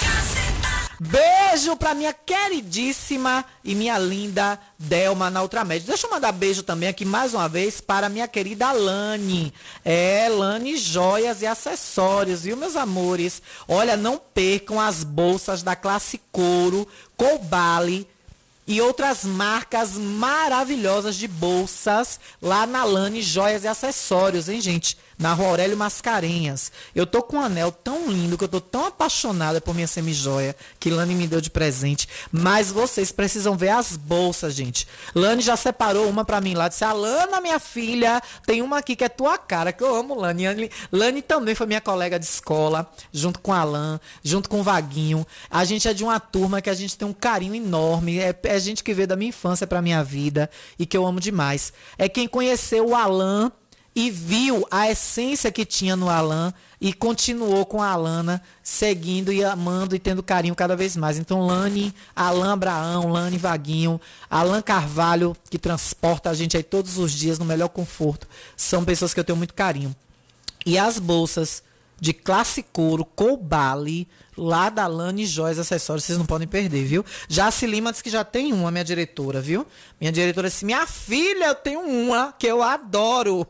Beijo pra minha queridíssima e minha linda Delma na Ultramed. Deixa eu mandar beijo também aqui mais uma vez para minha querida Lani. Lani Joias e Acessórios, viu, meus amores? Olha, não percam as bolsas da Classe Couro, Cobali e outras marcas maravilhosas de bolsas lá na Lani Joias e Acessórios, hein, gente? Na Rua Aurélio Mascarenhas. Eu tô com um anel tão lindo, que eu tô tão apaixonada por minha semijoia, que Lani me deu de presente. Mas vocês precisam ver as bolsas, gente. Lani já separou uma pra mim lá. Disse, Alana, minha filha, tem uma aqui que é tua cara, que eu amo Lani. Lani também foi minha colega de escola, junto com Alan, junto com o Vaguinho. A gente é de uma turma que a gente tem um carinho enorme. É gente que veio da minha infância pra minha vida e que eu amo demais. É quem conheceu o Alan e viu a essência que tinha no Alan e continuou com a Alana, seguindo e amando e tendo carinho cada vez mais. Então, Lani, Alan Abraão, Lani Vaguinho, Alan Carvalho, que transporta a gente aí todos os dias no melhor conforto, são pessoas que eu tenho muito carinho. E as bolsas de Classe Couro, Cobali, lá da Lani Joias Acessórios, vocês não podem perder, viu? Jaci Lima disse que já tem uma, minha diretora, viu? Minha diretora disse, minha filha, eu tenho uma que eu adoro.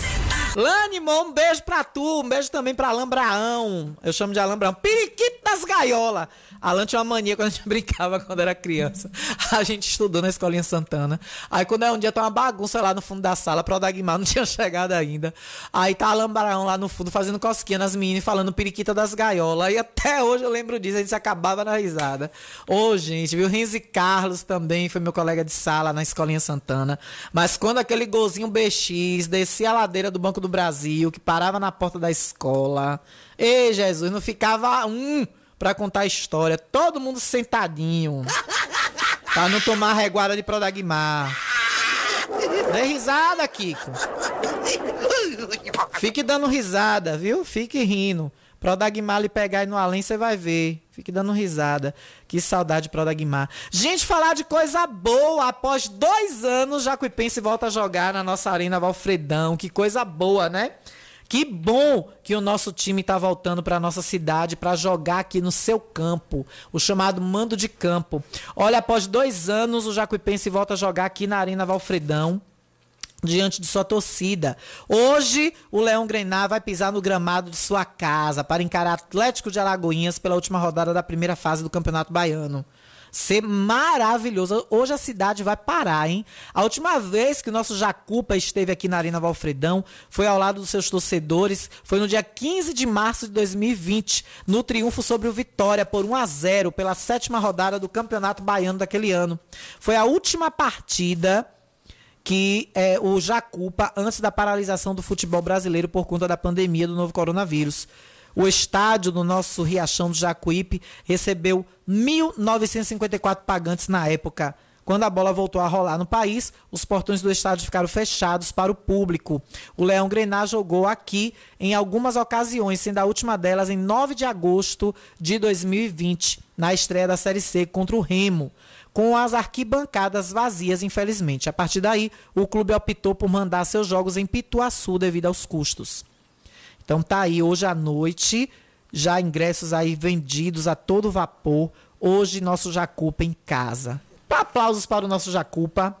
Lani, um beijo pra tu, um beijo também pra Alan Braão. Eu chamo de Alan Braão, periquito das gaiolas. Alan tinha uma mania quando a gente brincava quando era criança. A gente estudou na Escolinha Santana. Aí quando um dia tá uma bagunça lá no fundo da sala, pro Dagmar não tinha chegado ainda. Aí tá Alan Braão lá no fundo fazendo cosquinha nas meninas, falando periquita das gaiolas. E até hoje eu lembro disso, a gente se acabava na risada. Ô, gente, viu? Renzi Carlos também foi meu colega de sala na Escolinha Santana. Mas quando aquele golzinho BX descia a ladeira do Banco do Brasil, que parava na porta da escola, ei, Jesus, não ficava pra contar a história, todo mundo sentadinho, pra não tomar reguada de Prodagmar. Dê risada, Kiko. Fique dando risada, viu? Fique rindo. Prodagmar lhe pegar aí no além, você vai ver. Fique dando risada. Que saudade de Prodagmar. Gente, falar de coisa boa. Após 2 anos, Jacuipense volta a jogar na nossa Arena Valfredão. Que coisa boa, né? Que bom que o nosso time está voltando para a nossa cidade para jogar aqui no seu campo, o chamado mando de campo. Olha, após 2 anos, o Jacuipense volta a jogar aqui na Arena Valfredão, diante de sua torcida. Hoje, o Leão Grená vai pisar no gramado de sua casa para encarar Atlético de Alagoinhas pela última rodada da primeira fase do Campeonato Baiano. Ser maravilhoso. Hoje a cidade vai parar, hein? A última vez que o nosso Jacupa esteve aqui na Arena Valfredão foi ao lado dos seus torcedores, foi no dia 15 de março de 2020, no triunfo sobre o Vitória por 1-0 pela 7ª rodada do Campeonato Baiano daquele ano. Foi a última partida que o Jacupa, antes da paralisação do futebol brasileiro por conta da pandemia do novo coronavírus. O estádio do nosso Riachão do Jacuípe recebeu 1.954 pagantes na época. Quando a bola voltou a rolar no país, os portões do estádio ficaram fechados para o público. O Leão Grená jogou aqui em algumas ocasiões, sendo a última delas em 9 de agosto de 2020, na estreia da Série C contra o Remo, com as arquibancadas vazias, infelizmente. A partir daí, o clube optou por mandar seus jogos em Pituaçu devido aos custos. Então tá aí, hoje à noite, já ingressos aí vendidos a todo vapor. Hoje, nosso Jacupa em casa. Aplausos para o nosso Jacupa.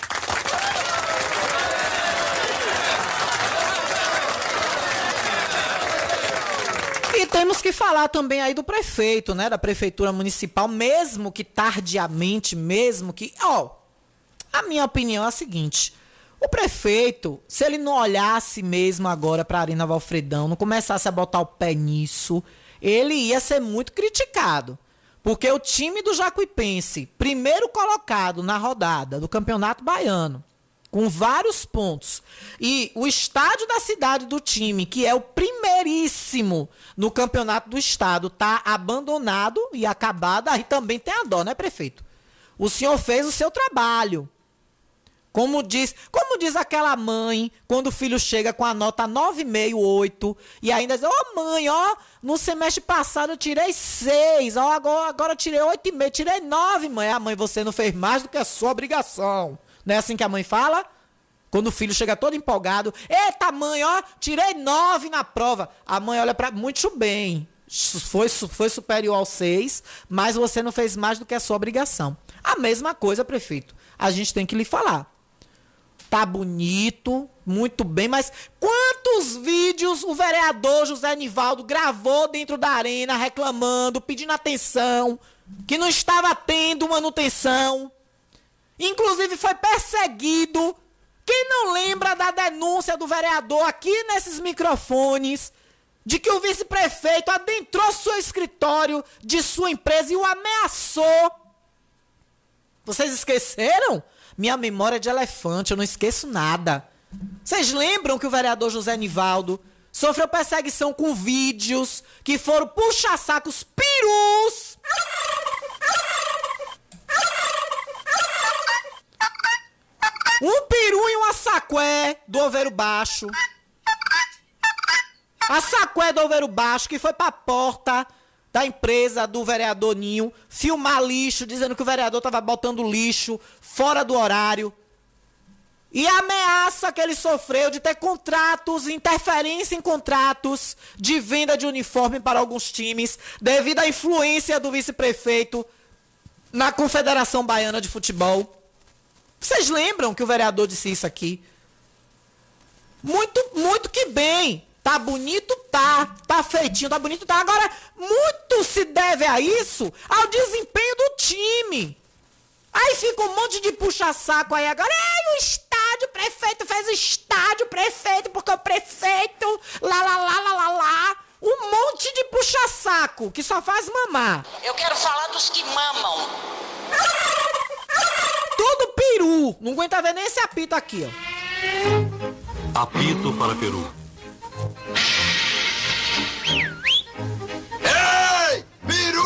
E temos que falar também aí do prefeito, né? Da prefeitura municipal, mesmo que tardiamente, mesmo que... a minha opinião é a seguinte... O prefeito, se ele não olhasse mesmo agora para a Arena Valfredão, não começasse a botar o pé nisso, ele ia ser muito criticado. Porque o time do Jacuipense, primeiro colocado na rodada do Campeonato Baiano, com vários pontos, e o estádio da cidade do time, que é o primeiríssimo no Campeonato do Estado, tá abandonado e acabado, aí também tem a dó, né, prefeito? O senhor fez o seu trabalho. Como diz aquela mãe, quando o filho chega com a nota 9,5, 8, e ainda diz, mãe, no semestre passado eu tirei 6, agora eu tirei 8,5, tirei 9, mãe. Mãe, você não fez mais do que a sua obrigação. Não é assim que a mãe fala? Quando o filho chega todo empolgado, eita mãe, tirei 9 na prova. A mãe olha muito bem, foi superior ao 6, mas você não fez mais do que a sua obrigação. A mesma coisa, prefeito, a gente tem que lhe falar. Tá bonito, muito bem, mas quantos vídeos o vereador José Nivaldo gravou dentro da arena reclamando, pedindo atenção, que não estava tendo manutenção? Inclusive foi perseguido. Quem não lembra da denúncia do vereador aqui nesses microfones de que o vice-prefeito adentrou seu escritório de sua empresa e o ameaçou? Vocês esqueceram? Minha memória é de elefante, eu não esqueço nada. Vocês lembram que o vereador José Nivaldo sofreu perseguição com vídeos que foram puxa-sacos perus? Um peru e uma saqué do Oveiro Baixo. A saqué do Oveiro Baixo que foi pra porta da empresa do vereador Ninho, filmar lixo, dizendo que o vereador estava botando lixo fora do horário. E a ameaça que ele sofreu de ter contratos, interferência em contratos de venda de uniforme para alguns times, devido à influência do vice-prefeito na Confederação Baiana de Futebol. Vocês lembram que o vereador disse isso aqui? Muito que bem. Tá bonito, tá feitinho, tá bonito, tá. Agora, muito se deve a isso, ao desempenho do time. Aí fica um monte de puxa-saco aí agora. O estádio, o prefeito fez o estádio, prefeito, porque o prefeito, lá. Um monte de puxa-saco que só faz mamar. Eu quero falar dos que mamam. Tudo peru. Não aguenta ver nem esse apito aqui, ó. Apito para peru. Ei, peru!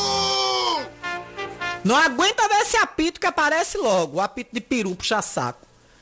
Não aguenta ver esse apito que aparece logo, o apito de peru, puxa-saco.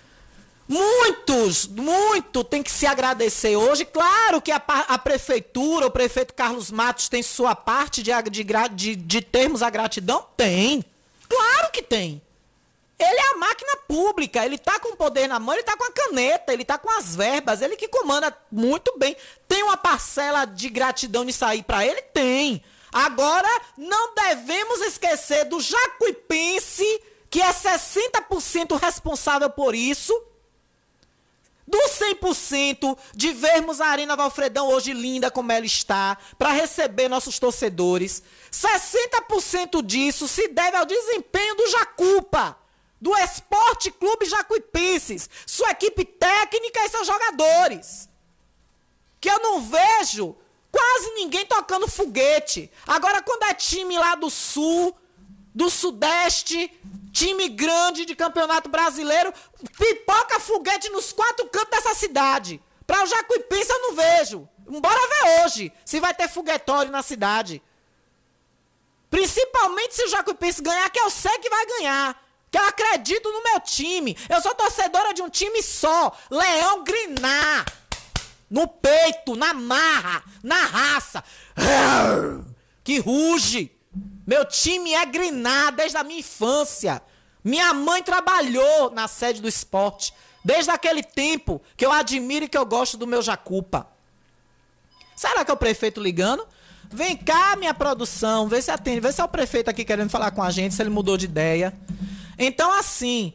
Muito tem que se agradecer hoje. Claro que a prefeitura, o prefeito Carlos Matos tem sua parte de termos a gratidão? Tem. Claro que tem. Ele é a máquina pública, ele tá com o poder na mão, ele tá com a caneta, ele tá com as verbas, ele que comanda muito bem. Tem uma parcela de gratidão nisso aí pra ele? Tem. Agora, não devemos esquecer do Jacuipense, que é 60% responsável por isso, do 100% de vermos a Arena Valfredão hoje linda como ela está, para receber nossos torcedores. 60% disso se deve ao desempenho do Jacupa, do Esporte Clube Jacuipenses, sua equipe técnica e seus jogadores. Que eu não vejo quase ninguém tocando foguete. Agora, quando é time lá do Sul, do Sudeste, time grande de Campeonato Brasileiro, pipoca foguete nos 4 cantos dessa cidade. Para o Jacuipense eu não vejo. Bora ver hoje se vai ter foguetório na cidade. Principalmente se o Jacuipense ganhar, que eu sei que vai ganhar. Que eu acredito no meu time. Eu sou torcedora de um time só. Leão Grinar. No peito, na marra, na raça. Que ruge. Meu time é Grinar desde a minha infância. Minha mãe trabalhou na sede do esporte. Desde aquele tempo que eu admiro e que eu gosto do meu Jacupa. Será que é o prefeito ligando? Vem cá, minha produção. Vê se atende. Vê se é o prefeito aqui querendo falar com a gente, se ele mudou de ideia. Então, assim,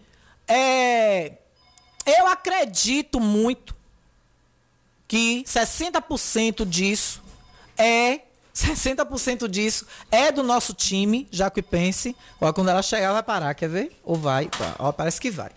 eu acredito muito que 60% disso é do nosso time, Jacuipense. Ó, quando ela chegar, vai parar, quer ver? Ou vai? Ó, parece que vai.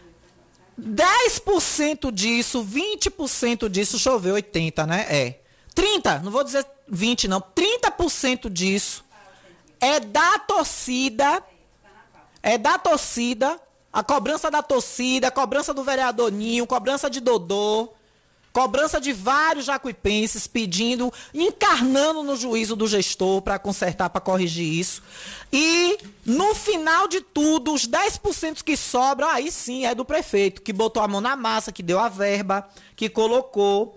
10% disso, 20% disso, deixa eu ver, 80, né? 30, não vou dizer 20, não. 30% disso é da torcida. É da torcida, a cobrança da torcida, a cobrança do vereador Ninho, cobrança de Dodô, Cobrança de vários jacuipenses pedindo, encarnando no juízo do gestor para consertar, para corrigir isso. E no final de tudo, os 10% que sobram, aí sim é do prefeito, que botou a mão na massa, que deu a verba, que colocou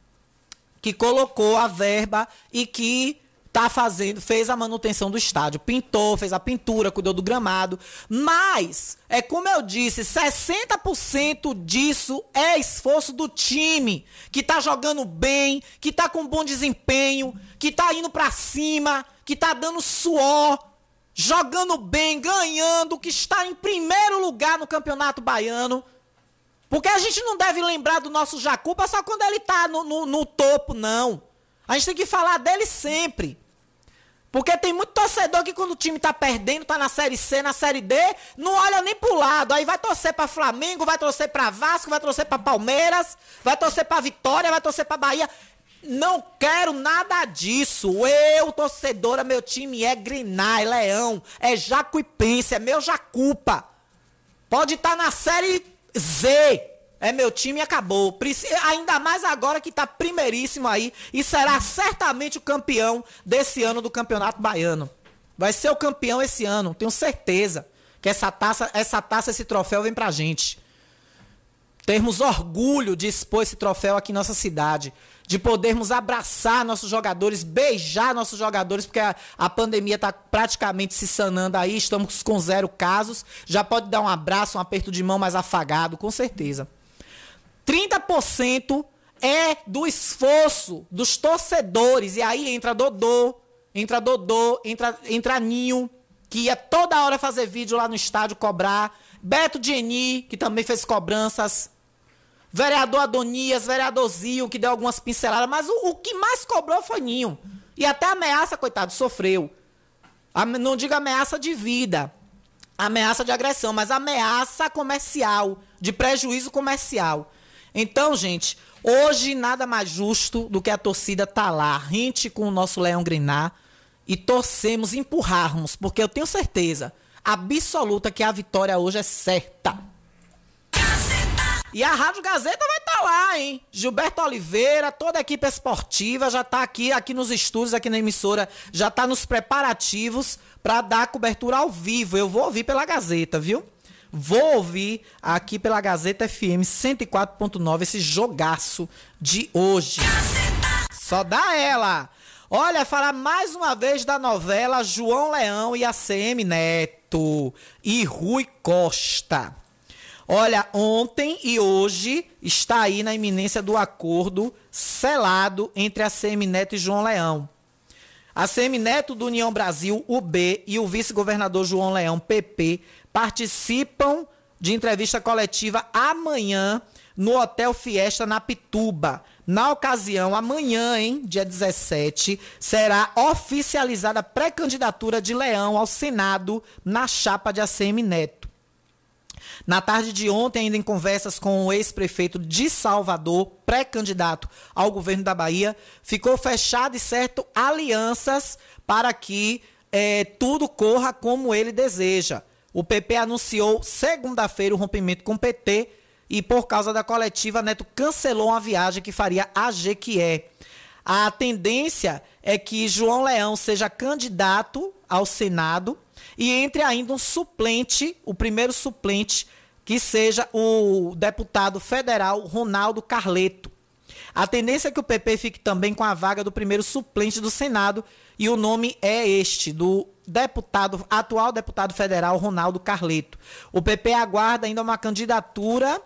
a verba e que fez a manutenção do estádio. Pintou, fez a pintura, cuidou do gramado. Mas, é como eu disse, 60% disso é esforço do time, que tá jogando bem, que tá com bom desempenho, que tá indo pra cima, que tá dando suor, jogando bem, ganhando, que está em primeiro lugar no Campeonato Baiano. Porque a gente não deve lembrar do nosso Jacupa só quando ele tá no topo, não. A gente tem que falar dele sempre. Porque tem muito torcedor que quando o time tá perdendo, tá na Série C, na Série D, não olha nem pro lado. Aí vai torcer pra Flamengo, vai torcer pra Vasco, vai torcer pra Palmeiras, vai torcer pra Vitória, vai torcer pra Bahia. Não quero nada disso. Eu, torcedora, meu time é Grená, é Leão, é Jacuipense, é meu Jacupa. Pode estar na Série Z. É meu time e acabou. Ainda mais agora que tá primeiríssimo aí e será certamente o campeão desse ano do Campeonato Baiano. Vai ser o campeão esse ano, tenho certeza que essa taça, esse troféu vem pra gente. Termos orgulho de expor esse troféu aqui em nossa cidade, de podermos abraçar nossos jogadores, beijar nossos jogadores, porque a pandemia tá praticamente se sanando aí, estamos com 0 casos, já pode dar um abraço, um aperto de mão mais afagado, com certeza. 30% é do esforço dos torcedores. E aí entra Dodô, entra Ninho, que ia toda hora fazer vídeo lá no estádio cobrar. Beto Geni, que também fez cobranças. Vereador Adonias, vereador Zio, que deu algumas pinceladas. Mas o que mais cobrou foi Ninho. E até ameaça, coitado, sofreu. Não digo ameaça de vida, ameaça de agressão, mas ameaça comercial, de prejuízo comercial. Então, gente, hoje nada mais justo do que a torcida tá lá, rente com o nosso Leão Grená e torcemos, empurrarmos, porque eu tenho certeza absoluta que a vitória hoje é certa. E a Rádio Gazeta vai estar lá, hein? Gilberto Oliveira, toda a equipe esportiva já tá aqui nos estúdios, aqui na emissora, já tá nos preparativos para dar cobertura ao vivo. Eu vou ouvir pela Gazeta, viu? Vou ouvir aqui pela Gazeta FM 104.9 esse jogaço de hoje. Só dá ela. Olha, falar mais uma vez da novela João Leão e ACM Neto e Rui Costa. Olha, ontem e hoje está aí na iminência do acordo selado entre ACM Neto e João Leão. ACM Neto do União Brasil, UB, e o vice-governador João Leão, PP, participam de entrevista coletiva amanhã no Hotel Fiesta, na Pituba. Na ocasião, amanhã, dia 17, será oficializada a pré-candidatura de Leão ao Senado na chapa de ACM Neto. Na tarde de ontem, ainda em conversas com o ex-prefeito de Salvador, pré-candidato ao governo da Bahia, ficou fechado e certo alianças para que tudo corra como ele deseja. O PP anunciou segunda-feira o rompimento com o PT e, por causa da coletiva, Neto cancelou uma viagem que faria a Jequié. A tendência é que João Leão seja candidato ao Senado e entre ainda um suplente, o primeiro suplente, que seja o deputado federal Ronaldo Carleto. A tendência é que o PP fique também com a vaga do primeiro suplente do Senado e o nome é este, do atual deputado federal Ronaldo Carleto. O PP aguardava a candidatura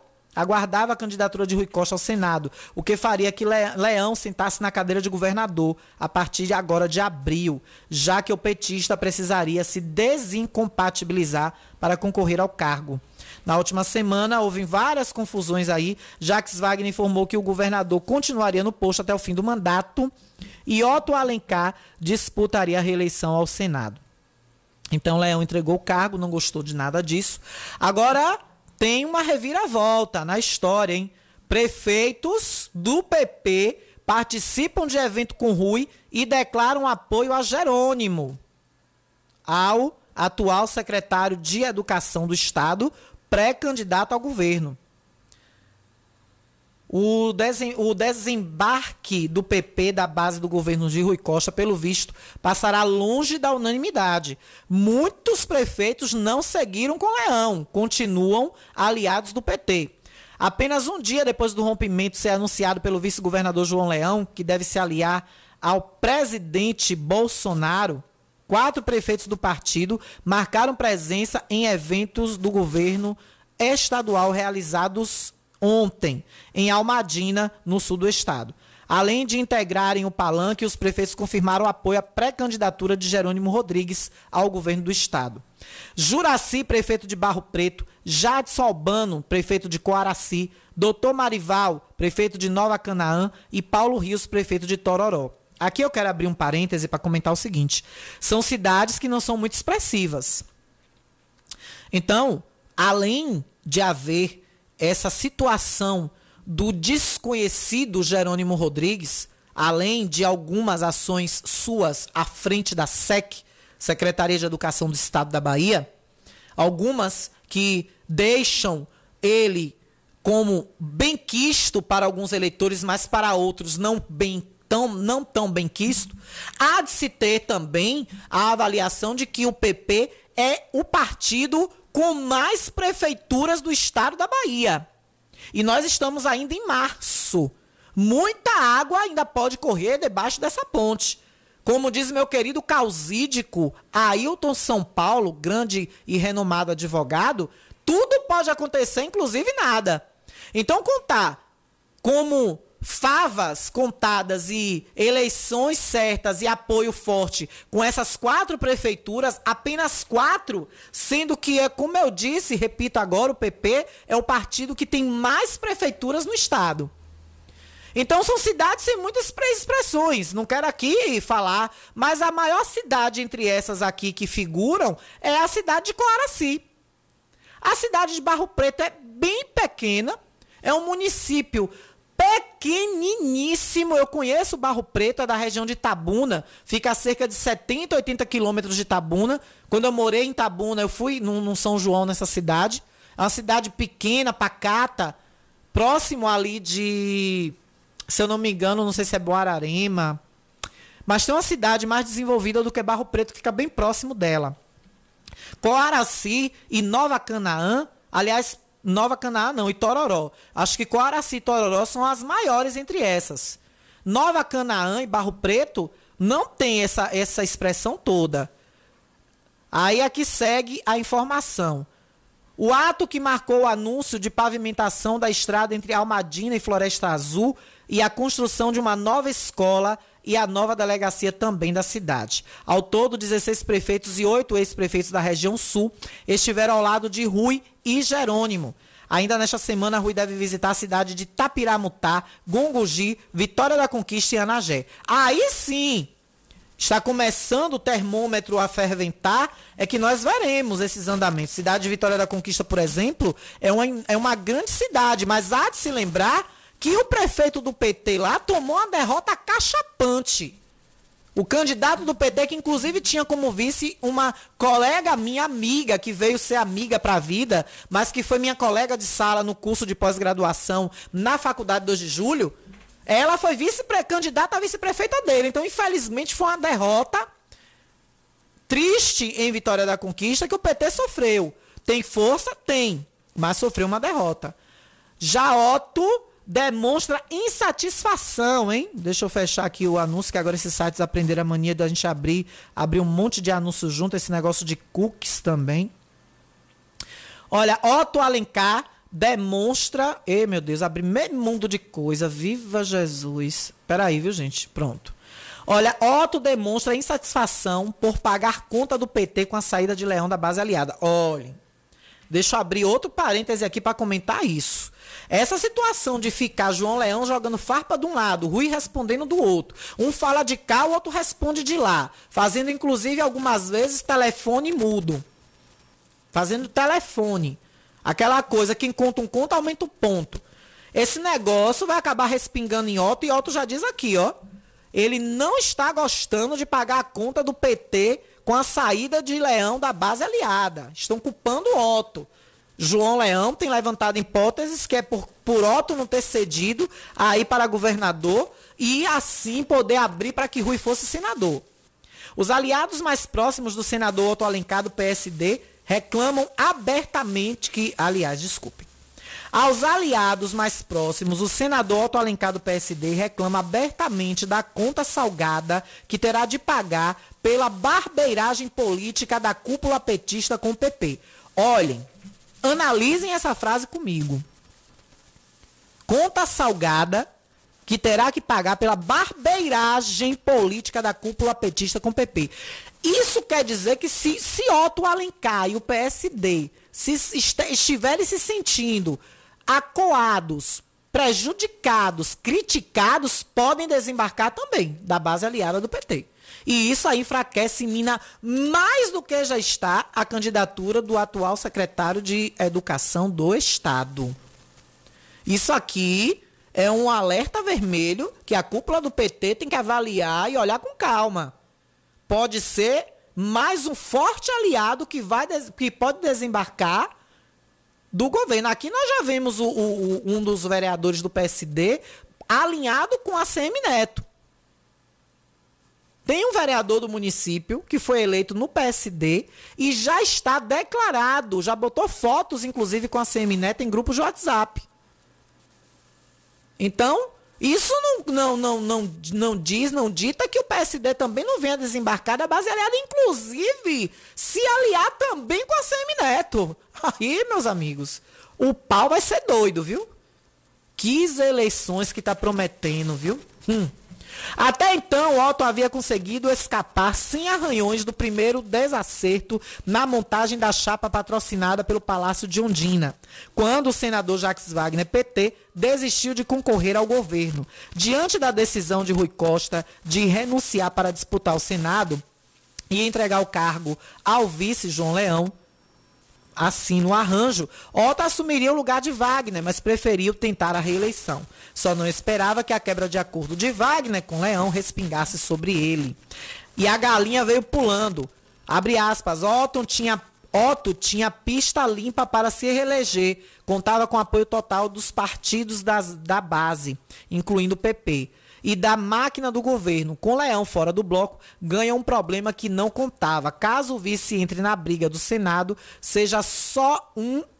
de Rui Costa ao Senado, o que faria que Leão sentasse na cadeira de governador a partir de agora de abril, já que o petista precisaria se desincompatibilizar para concorrer ao cargo. Na última semana, houve várias confusões aí. Jacques Wagner informou que o governador continuaria no posto até o fim do mandato e Otto Alencar disputaria a reeleição ao Senado. Então, Leão entregou o cargo, não gostou de nada disso. Agora, tem uma reviravolta na história, hein? Prefeitos do PP participam de evento com Rui e declaram apoio a Jerônimo, ao atual secretário de Educação do Estado, pré-candidato ao governo. O desembarque do PP da base do governo de Rui Costa, pelo visto, passará longe da unanimidade. Muitos prefeitos não seguiram com Leão, continuam aliados do PT. Apenas um dia depois do rompimento ser anunciado pelo vice-governador João Leão, que deve se aliar ao presidente Bolsonaro, 4 prefeitos do partido marcaram presença em eventos do governo estadual realizados ontem, em Almadina, no sul do estado. Além de integrarem o palanque, os prefeitos confirmaram o apoio à pré-candidatura de Jerônimo Rodrigues ao governo do estado. Juraci, prefeito de Barro Preto, Jadson Albano, prefeito de Coaraci, Dr. Marival, prefeito de Nova Canaã e Paulo Rios, prefeito de Tororó. Aqui eu quero abrir um parêntese para comentar o seguinte: são cidades que não são muito expressivas. Então, além de haver essa situação do desconhecido Jerônimo Rodrigues, além de algumas ações suas à frente da SEC, Secretaria de Educação do Estado da Bahia, algumas que deixam ele como benquisto para alguns eleitores, mas para outros não tão benquisto, há de se ter também a avaliação de que o PP é o partido com mais prefeituras do estado da Bahia. E nós estamos ainda em março. Muita água ainda pode correr debaixo dessa ponte. Como diz meu querido causídico Ailton São Paulo, grande e renomado advogado, tudo pode acontecer, inclusive nada. Então, contar como favas contadas e eleições certas e apoio forte com essas 4 prefeituras, apenas 4, sendo que, como eu disse, repito agora, o PP é o partido que tem mais prefeituras no estado. Então são cidades sem muitas expressões, não quero aqui falar, mas a maior cidade entre essas aqui que figuram é a cidade de Coaraci. A cidade de Barro Preto é bem pequena, é um município pequeniníssimo. Eu conheço Barro Preto, é da região de Itabuna, fica a cerca de 70, 80 quilômetros de Itabuna. Quando eu morei em Itabuna, eu fui num São João nessa cidade. É uma cidade pequena, pacata, próximo ali de, se eu não me engano, não sei se é Boararema, mas tem uma cidade mais desenvolvida do que Barro Preto, que fica bem próximo dela. Coaraci e Nova Canaã, aliás, Nova Canaã não, e Tororó. Acho que Coaraci e Tororó são as maiores entre essas. Nova Canaã e Barro Preto não tem essa expressão toda. Aí aqui segue a informação. O ato que marcou o anúncio de pavimentação da estrada entre Almadina e Floresta Azul e a construção de uma nova escola e a nova delegacia também da cidade. Ao todo, 16 prefeitos e 8 ex-prefeitos da região sul estiveram ao lado de Rui e Jerônimo. Ainda nesta semana, Rui deve visitar a cidade de Tapiramutá, Gongogi, Vitória da Conquista e Anagé. Aí sim, está começando o termômetro a ferventar, é que nós veremos esses andamentos. Cidade de Vitória da Conquista, por exemplo, é uma grande cidade, mas há de se lembrar que o prefeito do PT lá tomou uma derrota cachapante. O candidato do PT, que inclusive tinha como vice uma colega minha amiga, que veio ser amiga para a vida, mas que foi minha colega de sala no curso de pós-graduação na Faculdade 2 de Julho, ela foi candidata a vice-prefeita dele. Então, infelizmente, foi uma derrota triste em Vitória da Conquista que o PT sofreu. Tem força? Tem, mas sofreu uma derrota. Já Otto demonstra insatisfação, hein? Deixa eu fechar aqui o anúncio, que agora esses sites aprenderam a mania da gente abrir um monte de anúncios junto, esse negócio de cookies também. Olha, Otto Alencar demonstra... Ei, meu Deus, abri meio mundo de coisa. Viva Jesus. Peraí, viu, gente? Pronto. Olha, Otto demonstra insatisfação por pagar conta do PT com a saída de Leão da base aliada. Olha, deixa eu abrir outro parêntese aqui para comentar isso. Essa situação de ficar João Leão jogando farpa de um lado, Rui respondendo do outro. Um fala de cá, o outro responde de lá. Fazendo, inclusive, algumas vezes telefone mudo. Fazendo telefone. Aquela coisa, quem conta um conto, aumenta o ponto. Esse negócio vai acabar respingando em Otto, e Otto já diz aqui, ó. Ele não está gostando de pagar a conta do PT com a saída de Leão da base aliada. Estão culpando Otto. João Leão tem levantado hipóteses que é por Otto não ter cedido aí para governador e assim poder abrir para que Rui fosse senador. Os aliados mais próximos do senador Otto Alencar do PSD reclamam abertamente que, aos aliados mais próximos, o senador Otto Alencar do PSD reclama abertamente da conta salgada que terá de pagar pela barbeiragem política da cúpula petista com o PP. Olhem, analisem essa frase comigo. Conta salgada que terá que pagar pela barbeiragem política da cúpula petista com o PP. Isso quer dizer que se Otto Alencar e o PSD estiverem se sentindo acuados, prejudicados, criticados, podem desembarcar também da base aliada do PT. E isso aí enfraquece e mina mais do que já está a candidatura do atual secretário de Educação do Estado. Isso aqui é um alerta vermelho que a cúpula do PT tem que avaliar e olhar com calma. Pode ser mais um forte aliado que pode desembarcar do governo. Aqui nós já vimos um dos vereadores do PSD alinhado com a ACM Neto. Tem um vereador do município que foi eleito no PSD e já está declarado, já botou fotos, inclusive, com a ACM Neto em grupos de WhatsApp. Então, isso não dita que o PSD também não venha desembarcar da base aliada, inclusive se aliar também com a ACM Neto. Aí, meus amigos, o pau vai ser doido, viu? Que eleições que tá prometendo, viu? Até então, Otto havia conseguido escapar sem arranhões do primeiro desacerto na montagem da chapa patrocinada pelo Palácio de Ondina, quando o senador Jacques Wagner, PT, desistiu de concorrer ao governo. Diante da decisão de Rui Costa de renunciar para disputar o Senado e entregar o cargo ao vice João Leão, assim, no arranjo, Otto assumiria o lugar de Wagner, mas preferiu tentar a reeleição. Só não esperava que a quebra de acordo de Wagner com Leão respingasse sobre ele. E a galinha veio pulando. Abre aspas, Otto tinha pista limpa para se reeleger. Contava com apoio total dos partidos da base, incluindo o PP. E da máquina do governo, com Leão fora do bloco, ganha um problema que não contava. Caso o vice entre na briga do Senado, seja só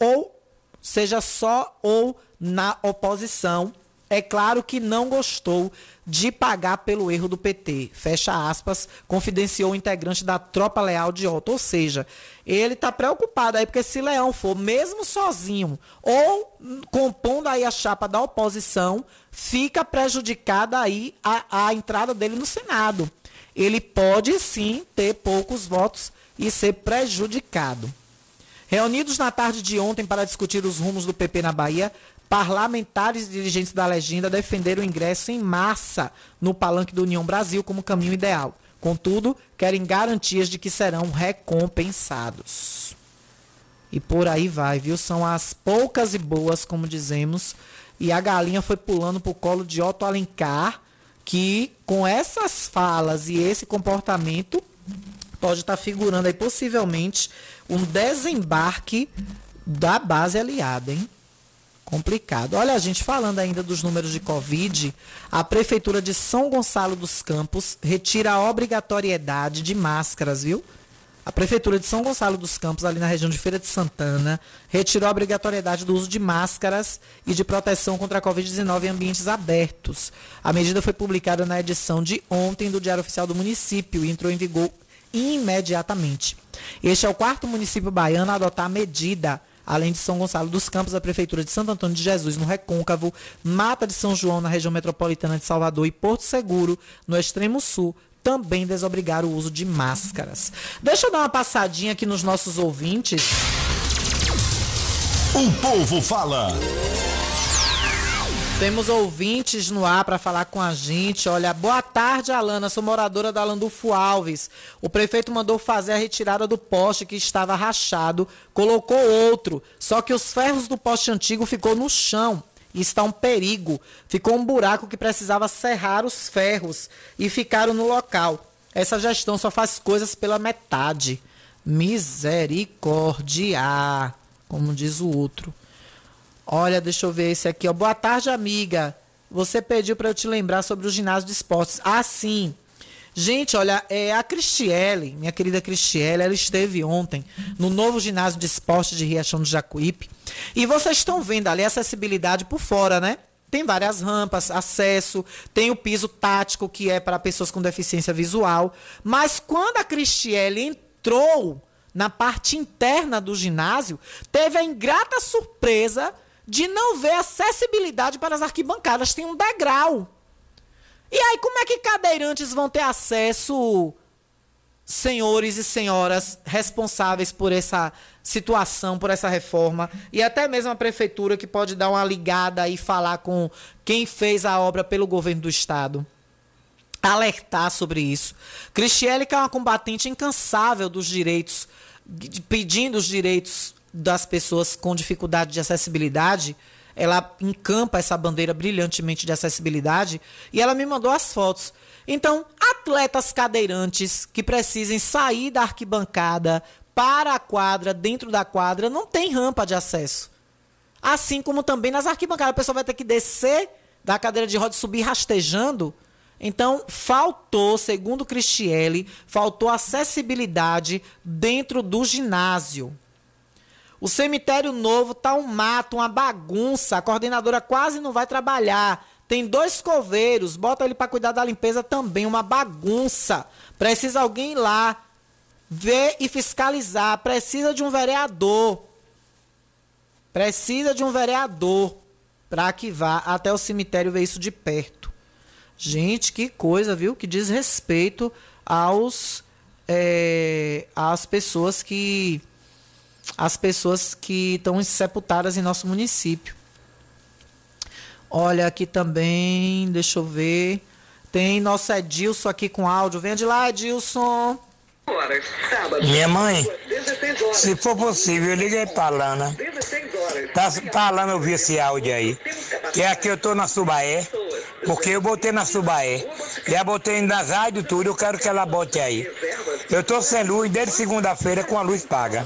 ou na oposição, é claro que não gostou de pagar pelo erro do PT. Fecha aspas, confidenciou o integrante da tropa leal de Otto. Ou seja, ele está preocupado aí, porque se Leão for mesmo sozinho ou compondo aí a chapa da oposição, fica prejudicada aí a entrada dele no Senado. Ele pode sim ter poucos votos e ser prejudicado. Reunidos na tarde de ontem para discutir os rumos do PP na Bahia, parlamentares e dirigentes da legenda defenderam o ingresso em massa no palanque do União Brasil como caminho ideal. Contudo, querem garantias de que serão recompensados. E por aí vai, viu? São as poucas e boas, como dizemos. E a galinha foi pulando pro colo de Otto Alencar, que com essas falas e esse comportamento pode estar figurando aí possivelmente um desembarque da base aliada, hein? Complicado. Olha, a gente falando ainda dos números de Covid, a Prefeitura de São Gonçalo dos Campos retira a obrigatoriedade de máscaras, viu? A Prefeitura de São Gonçalo dos Campos, ali na região de Feira de Santana, retirou a obrigatoriedade do uso de máscaras e de proteção contra a Covid-19 em ambientes abertos. A medida foi publicada na edição de ontem do Diário Oficial do Município e entrou em vigor imediatamente. Este é o 4º município baiano a adotar a medida. Além de São Gonçalo dos Campos, a Prefeitura de Santo Antônio de Jesus, no Recôncavo, Mata de São João, na região metropolitana de Salvador e Porto Seguro, no extremo sul, também desobrigaram o uso de máscaras. Deixa eu dar uma passadinha aqui nos nossos ouvintes. O povo fala. Temos ouvintes no ar para falar com a gente. Olha, boa tarde, Alana. Sou moradora da Landulfo Alves. O prefeito mandou fazer a retirada do poste que estava rachado, colocou outro. Só que os ferros do poste antigo ficou no chão e está um perigo. Ficou um buraco que precisava serrar os ferros e ficaram no local. Essa gestão só faz coisas pela metade. Misericórdia. como diz o outro. Olha, deixa eu ver esse aqui, ó. Boa tarde, amiga. Você pediu para eu te lembrar sobre o ginásio de esportes. Ah, sim. Gente, olha, a Cristiele, minha querida Cristiele, ela esteve ontem no novo ginásio de esportes de Riachão do Jacuípe. E vocês estão vendo ali a acessibilidade por fora, né? Tem várias rampas, acesso, tem o piso tático, que é para pessoas com deficiência visual. Mas quando a Cristiele entrou na parte interna do ginásio, teve a ingrata surpresa de não ver acessibilidade para as arquibancadas. Tem um degrau. E aí, como é que cadeirantes vão ter acesso, senhores e senhoras responsáveis por essa situação, por essa reforma, e até mesmo a prefeitura, que pode dar uma ligada e falar com quem fez a obra pelo governo do estado, alertar sobre isso. Cristiele, que é uma combatente incansável dos direitos, pedindo os direitos das pessoas com dificuldade de acessibilidade, ela encampa essa bandeira brilhantemente de acessibilidade, e ela me mandou as fotos. Então, atletas cadeirantes que precisem sair da arquibancada para a quadra, dentro da quadra, não tem rampa de acesso. Assim como também nas arquibancadas, a pessoa vai ter que descer da cadeira de rodas e subir rastejando. Então, faltou, segundo Cristiele, faltou acessibilidade dentro do ginásio. O cemitério novo tá um mato, uma bagunça. A coordenadora quase não vai trabalhar. Tem 2 coveiros, bota ele para cuidar da limpeza também, uma bagunça. Precisa alguém ir lá ver e fiscalizar. Precisa de um vereador. Precisa de um vereador para que vá até o cemitério ver isso de perto. Gente, que coisa, viu? Que diz respeito às pessoas que estão sepultadas em nosso município. Olha, aqui também, deixa eu ver. Tem nosso Edilson aqui com áudio. Vem de lá, Edilson. Minha mãe, se for possível, liga aí pra Lana. Pra Lana ouvir esse áudio aí. Que aqui eu tô na Subaé, porque eu botei na Subaé. Já botei nas rádios tudo, eu quero que ela bote aí. Eu tô sem luz desde segunda-feira com a luz paga.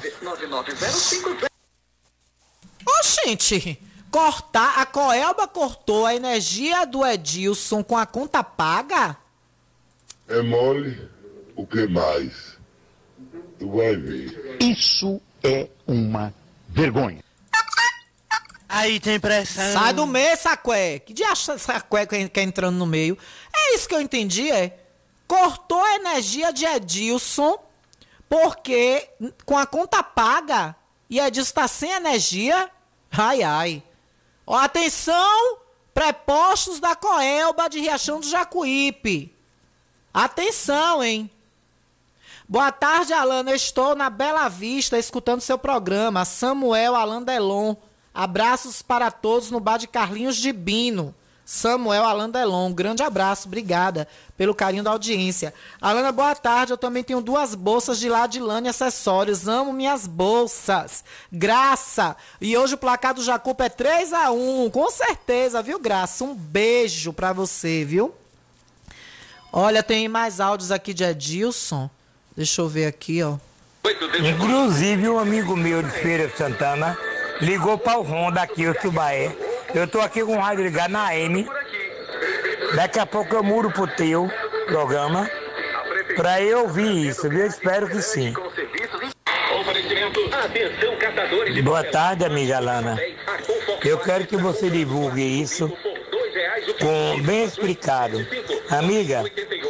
Gente, a Coelba cortou a energia do Edilson com a conta paga? É mole, o que mais? Tu vai ver. Isso é uma vergonha. Aí tem pressão. Sai do meio, Saqué. Que diacho é Saqué que é entrando no meio? É isso que eu entendi, cortou a energia de Edilson porque com a conta paga e Edilson está sem energia. Ai, ai. Ó, atenção, prepostos da Coelba de Riachão do Jacuípe. Atenção, hein? Boa tarde, Alana. Eu estou na Bela Vista escutando seu programa. Samuel Alan Delon. Abraços para todos no bar de Carlinhos de Bino. Samuel Alan Delon, um grande abraço, obrigada pelo carinho da audiência. Alana, boa tarde, eu também tenho 2 bolsas de Ladilane Acessórios, amo minhas bolsas, Graça, e hoje o placar do Jacupa é 3-1, com certeza, viu, Graça, um beijo pra você, viu? Olha, tem mais áudios aqui de Edilson, deixa eu ver aqui, ó. Inclusive, um amigo meu de Feira de Santana ligou para o Honda aqui, o Subaé. Eu tô aqui com o rádio ligado na AM. Daqui a pouco eu mudo pro teu programa pra eu ouvir isso, viu? Eu espero que sim. Boa tarde, amiga Lana. Eu quero que você divulgue isso bem explicado. Amiga,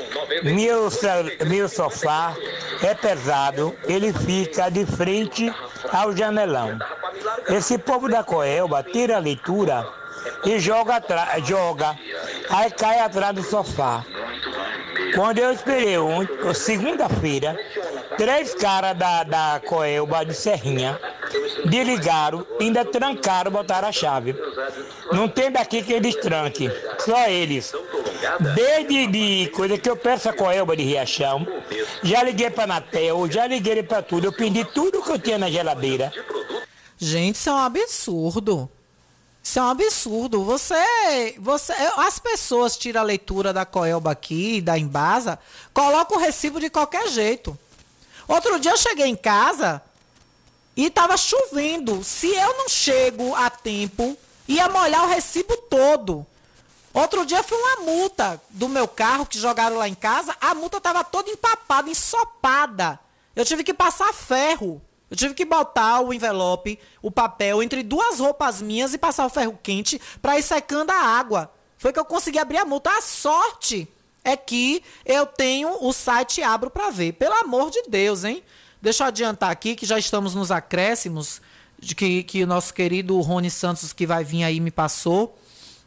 meu sofá é pesado, ele fica de frente ao janelão. Esse povo da Coelba tira a leitura e joga, aí cai atrás do sofá. Quando eu esperei segunda-feira, 3 caras da Coelba de Serrinha desligaram, ainda trancaram, botaram a chave. Não tem daqui que eles tranquem, só eles. Desde de coisa que eu peço a Coelba de Riachão, já liguei para Anatel, já liguei para tudo, eu pedi tudo que eu tinha na geladeira. Gente, isso é um absurdo. Isso é um absurdo. As pessoas tiram a leitura da Coelba aqui, da Embasa, colocam o recibo de qualquer jeito. Outro dia eu cheguei em casa, E tava chovendo. Se eu não chego a tempo, ia molhar o recibo todo. Outro dia foi uma multa do meu carro que jogaram lá em casa. A multa tava toda empapada, ensopada. Eu tive que passar ferro. Eu tive que botar o envelope, o papel, entre duas roupas minhas e passar o ferro quente para ir secando a água. Foi que eu consegui abrir a multa. A sorte é que eu tenho o site Abro para ver. Pelo amor de Deus, hein? Deixa eu adiantar aqui que já estamos nos acréscimos de que o nosso querido Rony Santos, que vai vir aí, me passou.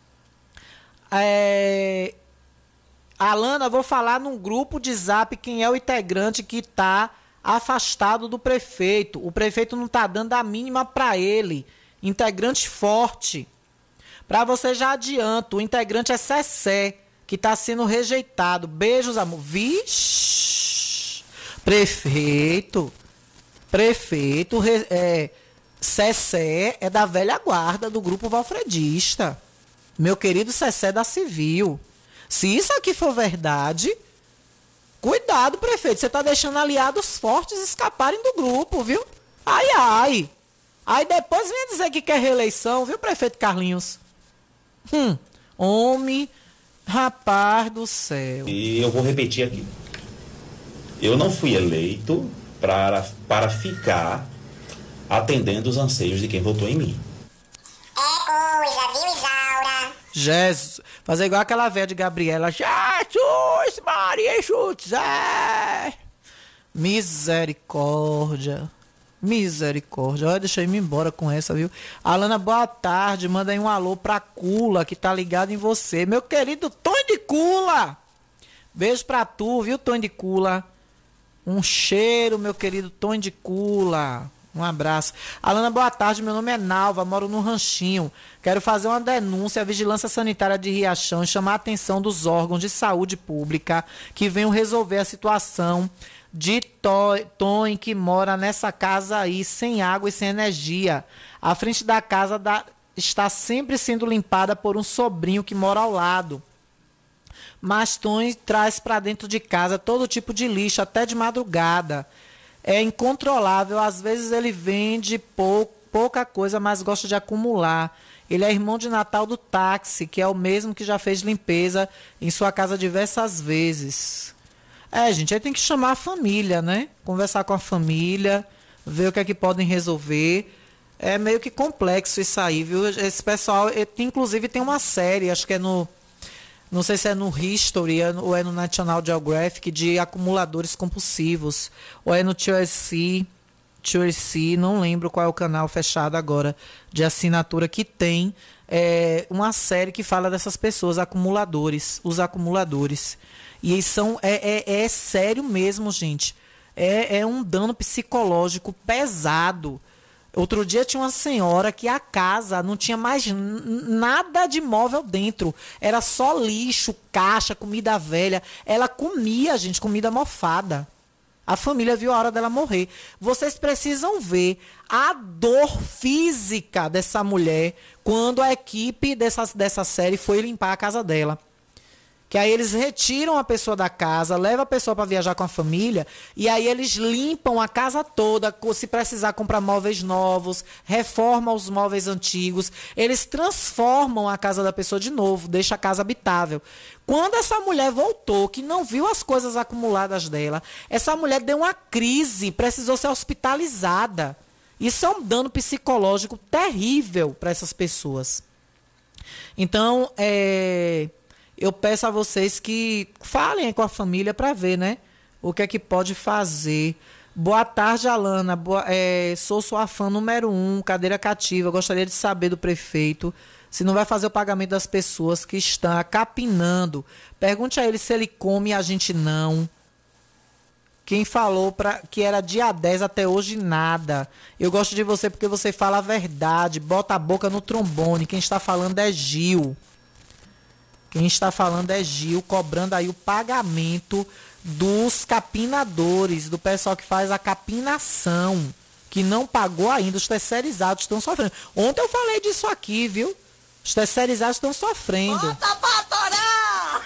Alana, vou falar num grupo de zap quem é o integrante que está afastado do prefeito. O prefeito não está dando a mínima para ele. Integrante forte. Para você já adianto, o integrante é Cessé, que está sendo rejeitado. Beijos, amor. Vixe! Prefeito, Cessé é da velha guarda do grupo valfredista. Meu querido Cessé da Civil. Se isso aqui for verdade, cuidado, prefeito. Você tá deixando aliados fortes escaparem do grupo, viu? Ai, ai. Aí depois vem dizer que quer reeleição, viu, prefeito Carlinhos? Homem, rapaz do céu. E eu vou repetir aqui. Eu não fui eleito para ficar atendendo os anseios de quem votou em mim. É coisa, viu, Isaura? Jesus. Fazer igual aquela velha de Gabriela. Jesus, Maria José. Misericórdia. Misericórdia. Olha, deixa eu ir embora com essa, viu? Alana, boa tarde. Manda aí um alô pra Cula, que tá ligado em você. Meu querido Tonho de Cula. Beijo pra tu, viu, Tonho de Cula? Um cheiro, meu querido Tonho de Cula. Um abraço. Alana, boa tarde. Meu nome é Nalva, moro no Ranchinho. Quero fazer uma denúncia à Vigilância Sanitária de Riachão e chamar a atenção dos órgãos de saúde pública que venham resolver a situação de Tonho que mora nessa casa aí, sem água e sem energia. A frente da casa está sempre sendo limpada por um sobrinho que mora ao lado. Mas Tonho traz para dentro de casa todo tipo de lixo, até de madrugada. É incontrolável, às vezes ele vende pouca coisa, mas gosta de acumular. Ele é irmão de Natal do táxi, que é o mesmo que já fez limpeza em sua casa diversas vezes. Gente, aí tem que chamar a família, né? Conversar com a família, ver o que é que podem resolver. É meio que complexo isso aí, viu? Esse pessoal, inclusive tem uma série, acho que é no... Não sei se é no History ou é no National Geographic, de acumuladores compulsivos. Ou é no TLC, não lembro qual é o canal fechado agora, de assinatura que tem uma série que fala dessas pessoas, os acumuladores. E são, é sério mesmo, gente. É um dano psicológico pesado. Outro dia tinha uma senhora que a casa não tinha mais nada de móvel dentro. Era só lixo, caixa, comida velha. Ela comia, gente, comida mofada. A família viu a hora dela morrer. Vocês precisam ver a dor física dessa mulher quando a equipe dessa série foi limpar a casa dela. Que aí eles retiram a pessoa da casa, levam a pessoa para viajar com a família, e aí eles limpam a casa toda, se precisar comprar móveis novos, reformam os móveis antigos, eles transformam a casa da pessoa de novo, deixa a casa habitável. Quando essa mulher voltou, que não viu as coisas acumuladas dela, essa mulher deu uma crise, precisou ser hospitalizada. Isso é um dano psicológico terrível para essas pessoas. Então, eu peço a vocês que falem com a família para ver, né? O que é que pode fazer. Boa tarde, Alana. Sou sua fã número 1, cadeira cativa. Gostaria de saber do prefeito se não vai fazer o pagamento das pessoas que estão capinando. Pergunte a ele se ele come e a gente não. Quem falou que era dia 10 até hoje, nada. Eu gosto de você porque você fala a verdade. Bota a boca no trombone. Quem está falando é Gil. Cobrando aí o pagamento dos capinadores, do pessoal que faz a capinação, que não pagou ainda. Os terceirizados estão sofrendo. Ontem eu falei disso aqui, viu? Os terceirizados estão sofrendo. Bota pra torar!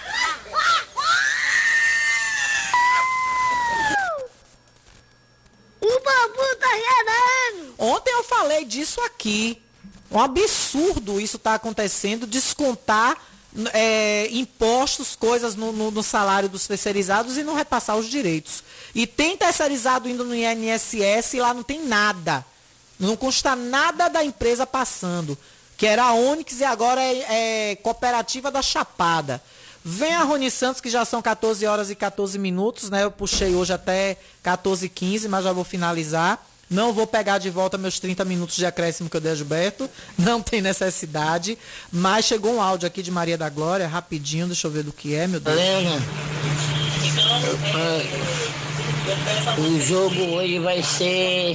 O bambu tá gerando! Ontem eu falei disso aqui. Um absurdo isso tá acontecendo, descontar impostos, coisas no salário dos terceirizados e não repassar os direitos. E tem terceirizado indo no INSS e lá não tem nada. Não consta nada da empresa passando. Que era a Onyx e agora é Cooperativa da Chapada. Vem a Rony Santos, que já são 14 horas e 14 minutos, né? Eu puxei hoje até 14h15, mas já vou finalizar. Não vou pegar de volta meus 30 minutos de acréscimo que eu dei a Gilberto. Não tem necessidade. Mas chegou um áudio aqui de Maria da Glória, rapidinho, deixa eu ver do que é, meu Deus. Helena, o jogo hoje vai ser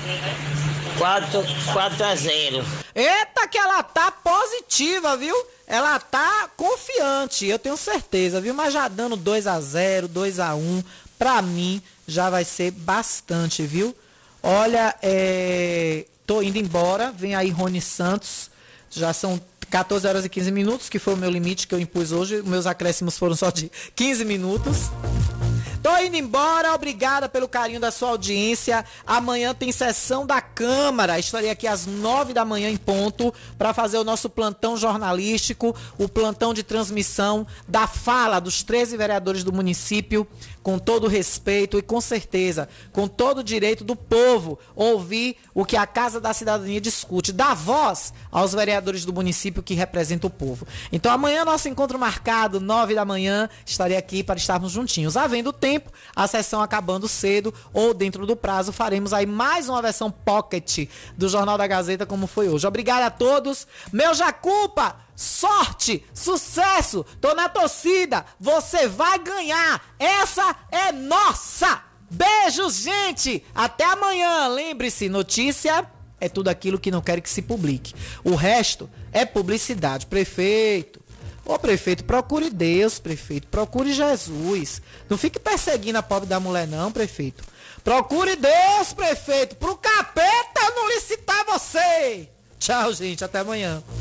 4-0. Eita, que ela tá positiva, viu? Ela tá confiante, eu tenho certeza, viu? Mas já dando 2-0, 2-1, pra mim já vai ser bastante, viu? Olha, tô indo embora, vem aí Rony Santos, já são 14 horas e 15 minutos, que foi o meu limite que eu impus hoje, meus acréscimos foram só de 15 minutos. Tô indo embora, obrigada pelo carinho da sua audiência. Amanhã tem sessão da Câmara. Estarei aqui às 9 da manhã em ponto para fazer o nosso plantão jornalístico, o plantão de transmissão da fala dos 13 vereadores do município, com todo respeito e com certeza, com todo o direito do povo ouvir o que a Casa da Cidadania discute, dar voz aos vereadores do município que representam o povo. Então amanhã nosso encontro marcado, 9 da manhã, estarei aqui para estarmos juntinhos. Havendo tempo, a sessão acabando cedo ou dentro do prazo, faremos aí mais uma versão pocket do Jornal da Gazeta como foi hoje. Obrigado a todos. Meu Jacupa, sorte, sucesso, tô na torcida, você vai ganhar, essa é nossa. Beijos, gente, até amanhã. Lembre-se, notícia é tudo aquilo que não quer que se publique, o resto é publicidade. Prefeito, ô prefeito, procure Deus, prefeito, procure Jesus, não fique perseguindo a pobre da mulher não, prefeito, procure Deus, prefeito, pro capeta não licitar você. Tchau, gente, até amanhã.